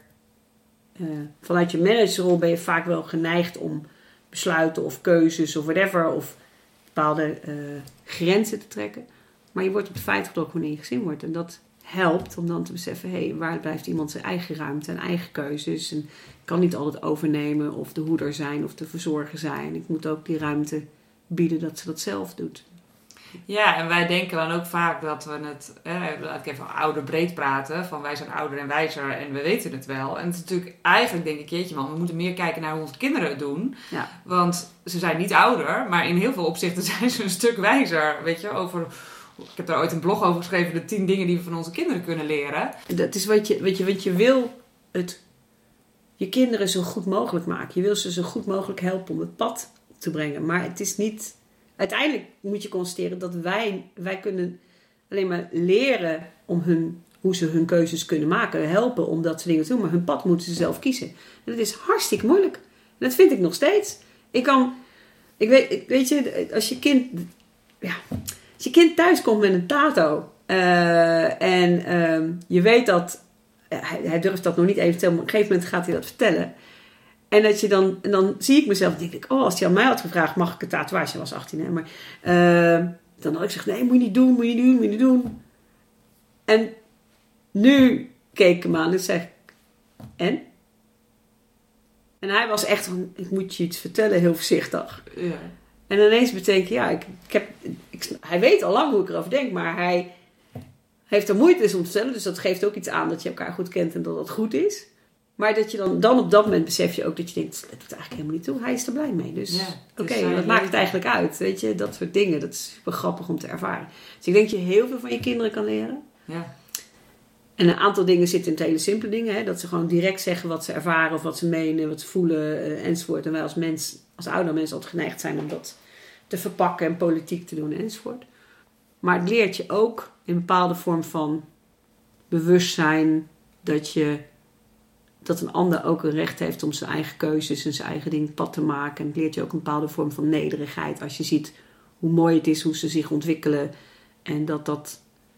uh, vanuit je managerrol ben je vaak wel geneigd om besluiten of keuzes of whatever, of bepaalde uh, grenzen te trekken. Maar je wordt op de feiten gedrukt wanneer je gezien wordt. En dat helpt om dan te beseffen, hé, hey, waar blijft iemand zijn eigen ruimte en eigen keuzes. En ik kan niet altijd overnemen of de hoeder zijn of de verzorger zijn. Ik moet ook die ruimte bieden dat ze dat zelf doet. Ja, en wij denken dan ook vaak dat we het, eh, laat ik even ouder breed praten, van wij zijn ouder en wijzer en we weten het wel. En het is natuurlijk, eigenlijk denk ik, jeetje man, we moeten meer kijken naar hoe onze kinderen het doen. Ja. Want ze zijn niet ouder, maar in heel veel opzichten zijn ze een stuk wijzer, weet je, over... Ik heb daar ooit een blog over geschreven, de tien dingen die we van onze kinderen kunnen leren. Dat is wat je, weet je, wat je wil, het, je kinderen zo goed mogelijk maken. Je wil ze zo goed mogelijk helpen om het pad te brengen. Maar het is niet... Uiteindelijk moet je constateren dat wij, wij kunnen alleen maar leren om hun, hoe ze hun keuzes kunnen maken. Helpen om dat soort dingen te doen. Maar hun pad moeten ze zelf kiezen. En dat is hartstikke moeilijk. En dat vind ik nog steeds. Ik kan... Ik weet, weet je, als je kind... Ja, als je kind thuis komt met een tato. Uh, en uh, je weet dat... Uh, hij, hij durft dat nog niet even te vertellen. Maar op een gegeven moment gaat hij dat vertellen. En dat je dan, en dan zie ik mezelf, denk ik, oh, als hij aan mij had gevraagd, mag ik een tatoeage? Hij was achttien, hè, maar uh, dan had ik gezegd, nee, moet je niet doen, moet je niet doen, moet je niet doen. En nu keek ik hem aan en zeg ik, en? En hij was echt van, ik moet je iets vertellen, heel voorzichtig. Ja. En ineens betekent, ja, ik, ik heb, ik, hij weet al lang hoe ik erover denk, maar hij heeft er moeite dus om te vertellen. Dus dat geeft ook iets aan dat je elkaar goed kent en dat dat goed is. Maar dat je dan, dan op dat moment besef je ook dat je denkt, dat doet eigenlijk helemaal niet toe. Hij is er blij mee. Dus ja, oké, okay, wat maakt het eigenlijk uit? Weet je, dat soort dingen. Dat is super grappig om te ervaren. Dus ik denk dat je heel veel van je kinderen kan leren. Ja. En een aantal dingen zitten in het hele simpele dingen. Hè? Dat ze gewoon direct zeggen wat ze ervaren of wat ze menen, wat ze voelen uh, enzovoort. En wij als mens, als ouder mensen altijd geneigd zijn om dat te verpakken en politiek te doen enzovoort. Maar het leert je ook in een bepaalde vorm van bewustzijn dat je... dat een ander ook een recht heeft om zijn eigen keuzes en zijn eigen ding pad te maken. En het leert je ook een bepaalde vorm van nederigheid. Als je ziet hoe mooi het is, hoe ze zich ontwikkelen. En dat dat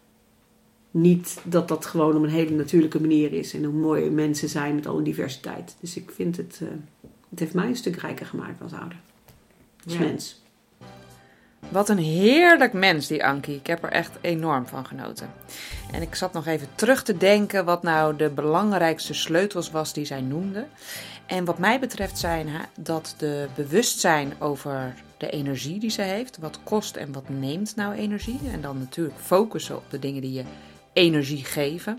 niet, dat dat gewoon op een hele natuurlijke manier is. En hoe mooi mensen zijn met alle diversiteit. Dus ik vind het, uh, het heeft mij een stuk rijker gemaakt als ouder. Als ja. mens. Wat een heerlijk mens, die Ankie. Ik heb er echt enorm van genoten. En ik zat nog even terug te denken wat nou de belangrijkste sleutels was die zij noemde. En wat mij betreft zijn dat de bewustzijn over de energie die ze heeft. Wat kost en wat neemt nou energie. En dan natuurlijk focussen op de dingen die je energie geven.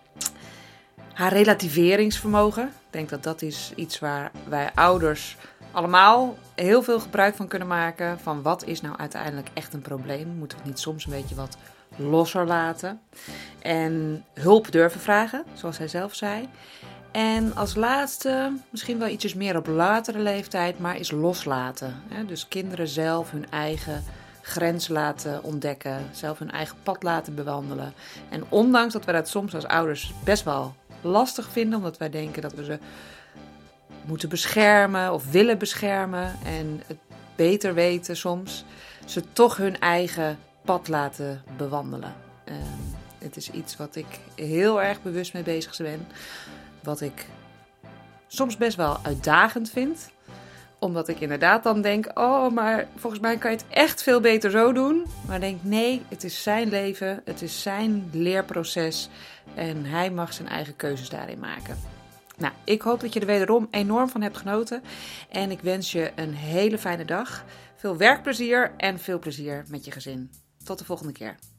Haar relativeringsvermogen. Ik denk dat dat is iets waar wij ouders... allemaal heel veel gebruik van kunnen maken. Van wat is nou uiteindelijk echt een probleem? Moeten we het niet soms een beetje wat losser laten? En hulp durven vragen, zoals hij zelf zei. En als laatste, misschien wel ietsjes meer op latere leeftijd, maar is loslaten. Dus kinderen zelf hun eigen grens laten ontdekken. Zelf hun eigen pad laten bewandelen. En ondanks dat we dat soms als ouders best wel lastig vinden. Omdat wij denken dat we ze... moeten beschermen of willen beschermen. En het beter weten soms, ze toch hun eigen pad laten bewandelen. Uh, het is iets wat ik heel erg bewust mee bezig ben. Wat ik soms best wel uitdagend vind. Omdat ik inderdaad dan denk, oh, maar volgens mij kan je het echt veel beter zo doen. Maar denk, nee, het is zijn leven, het is zijn leerproces. En hij mag zijn eigen keuzes daarin maken. Nou, ik hoop dat je er wederom enorm van hebt genoten. En ik wens je een hele fijne dag. Veel werkplezier en veel plezier met je gezin. Tot de volgende keer.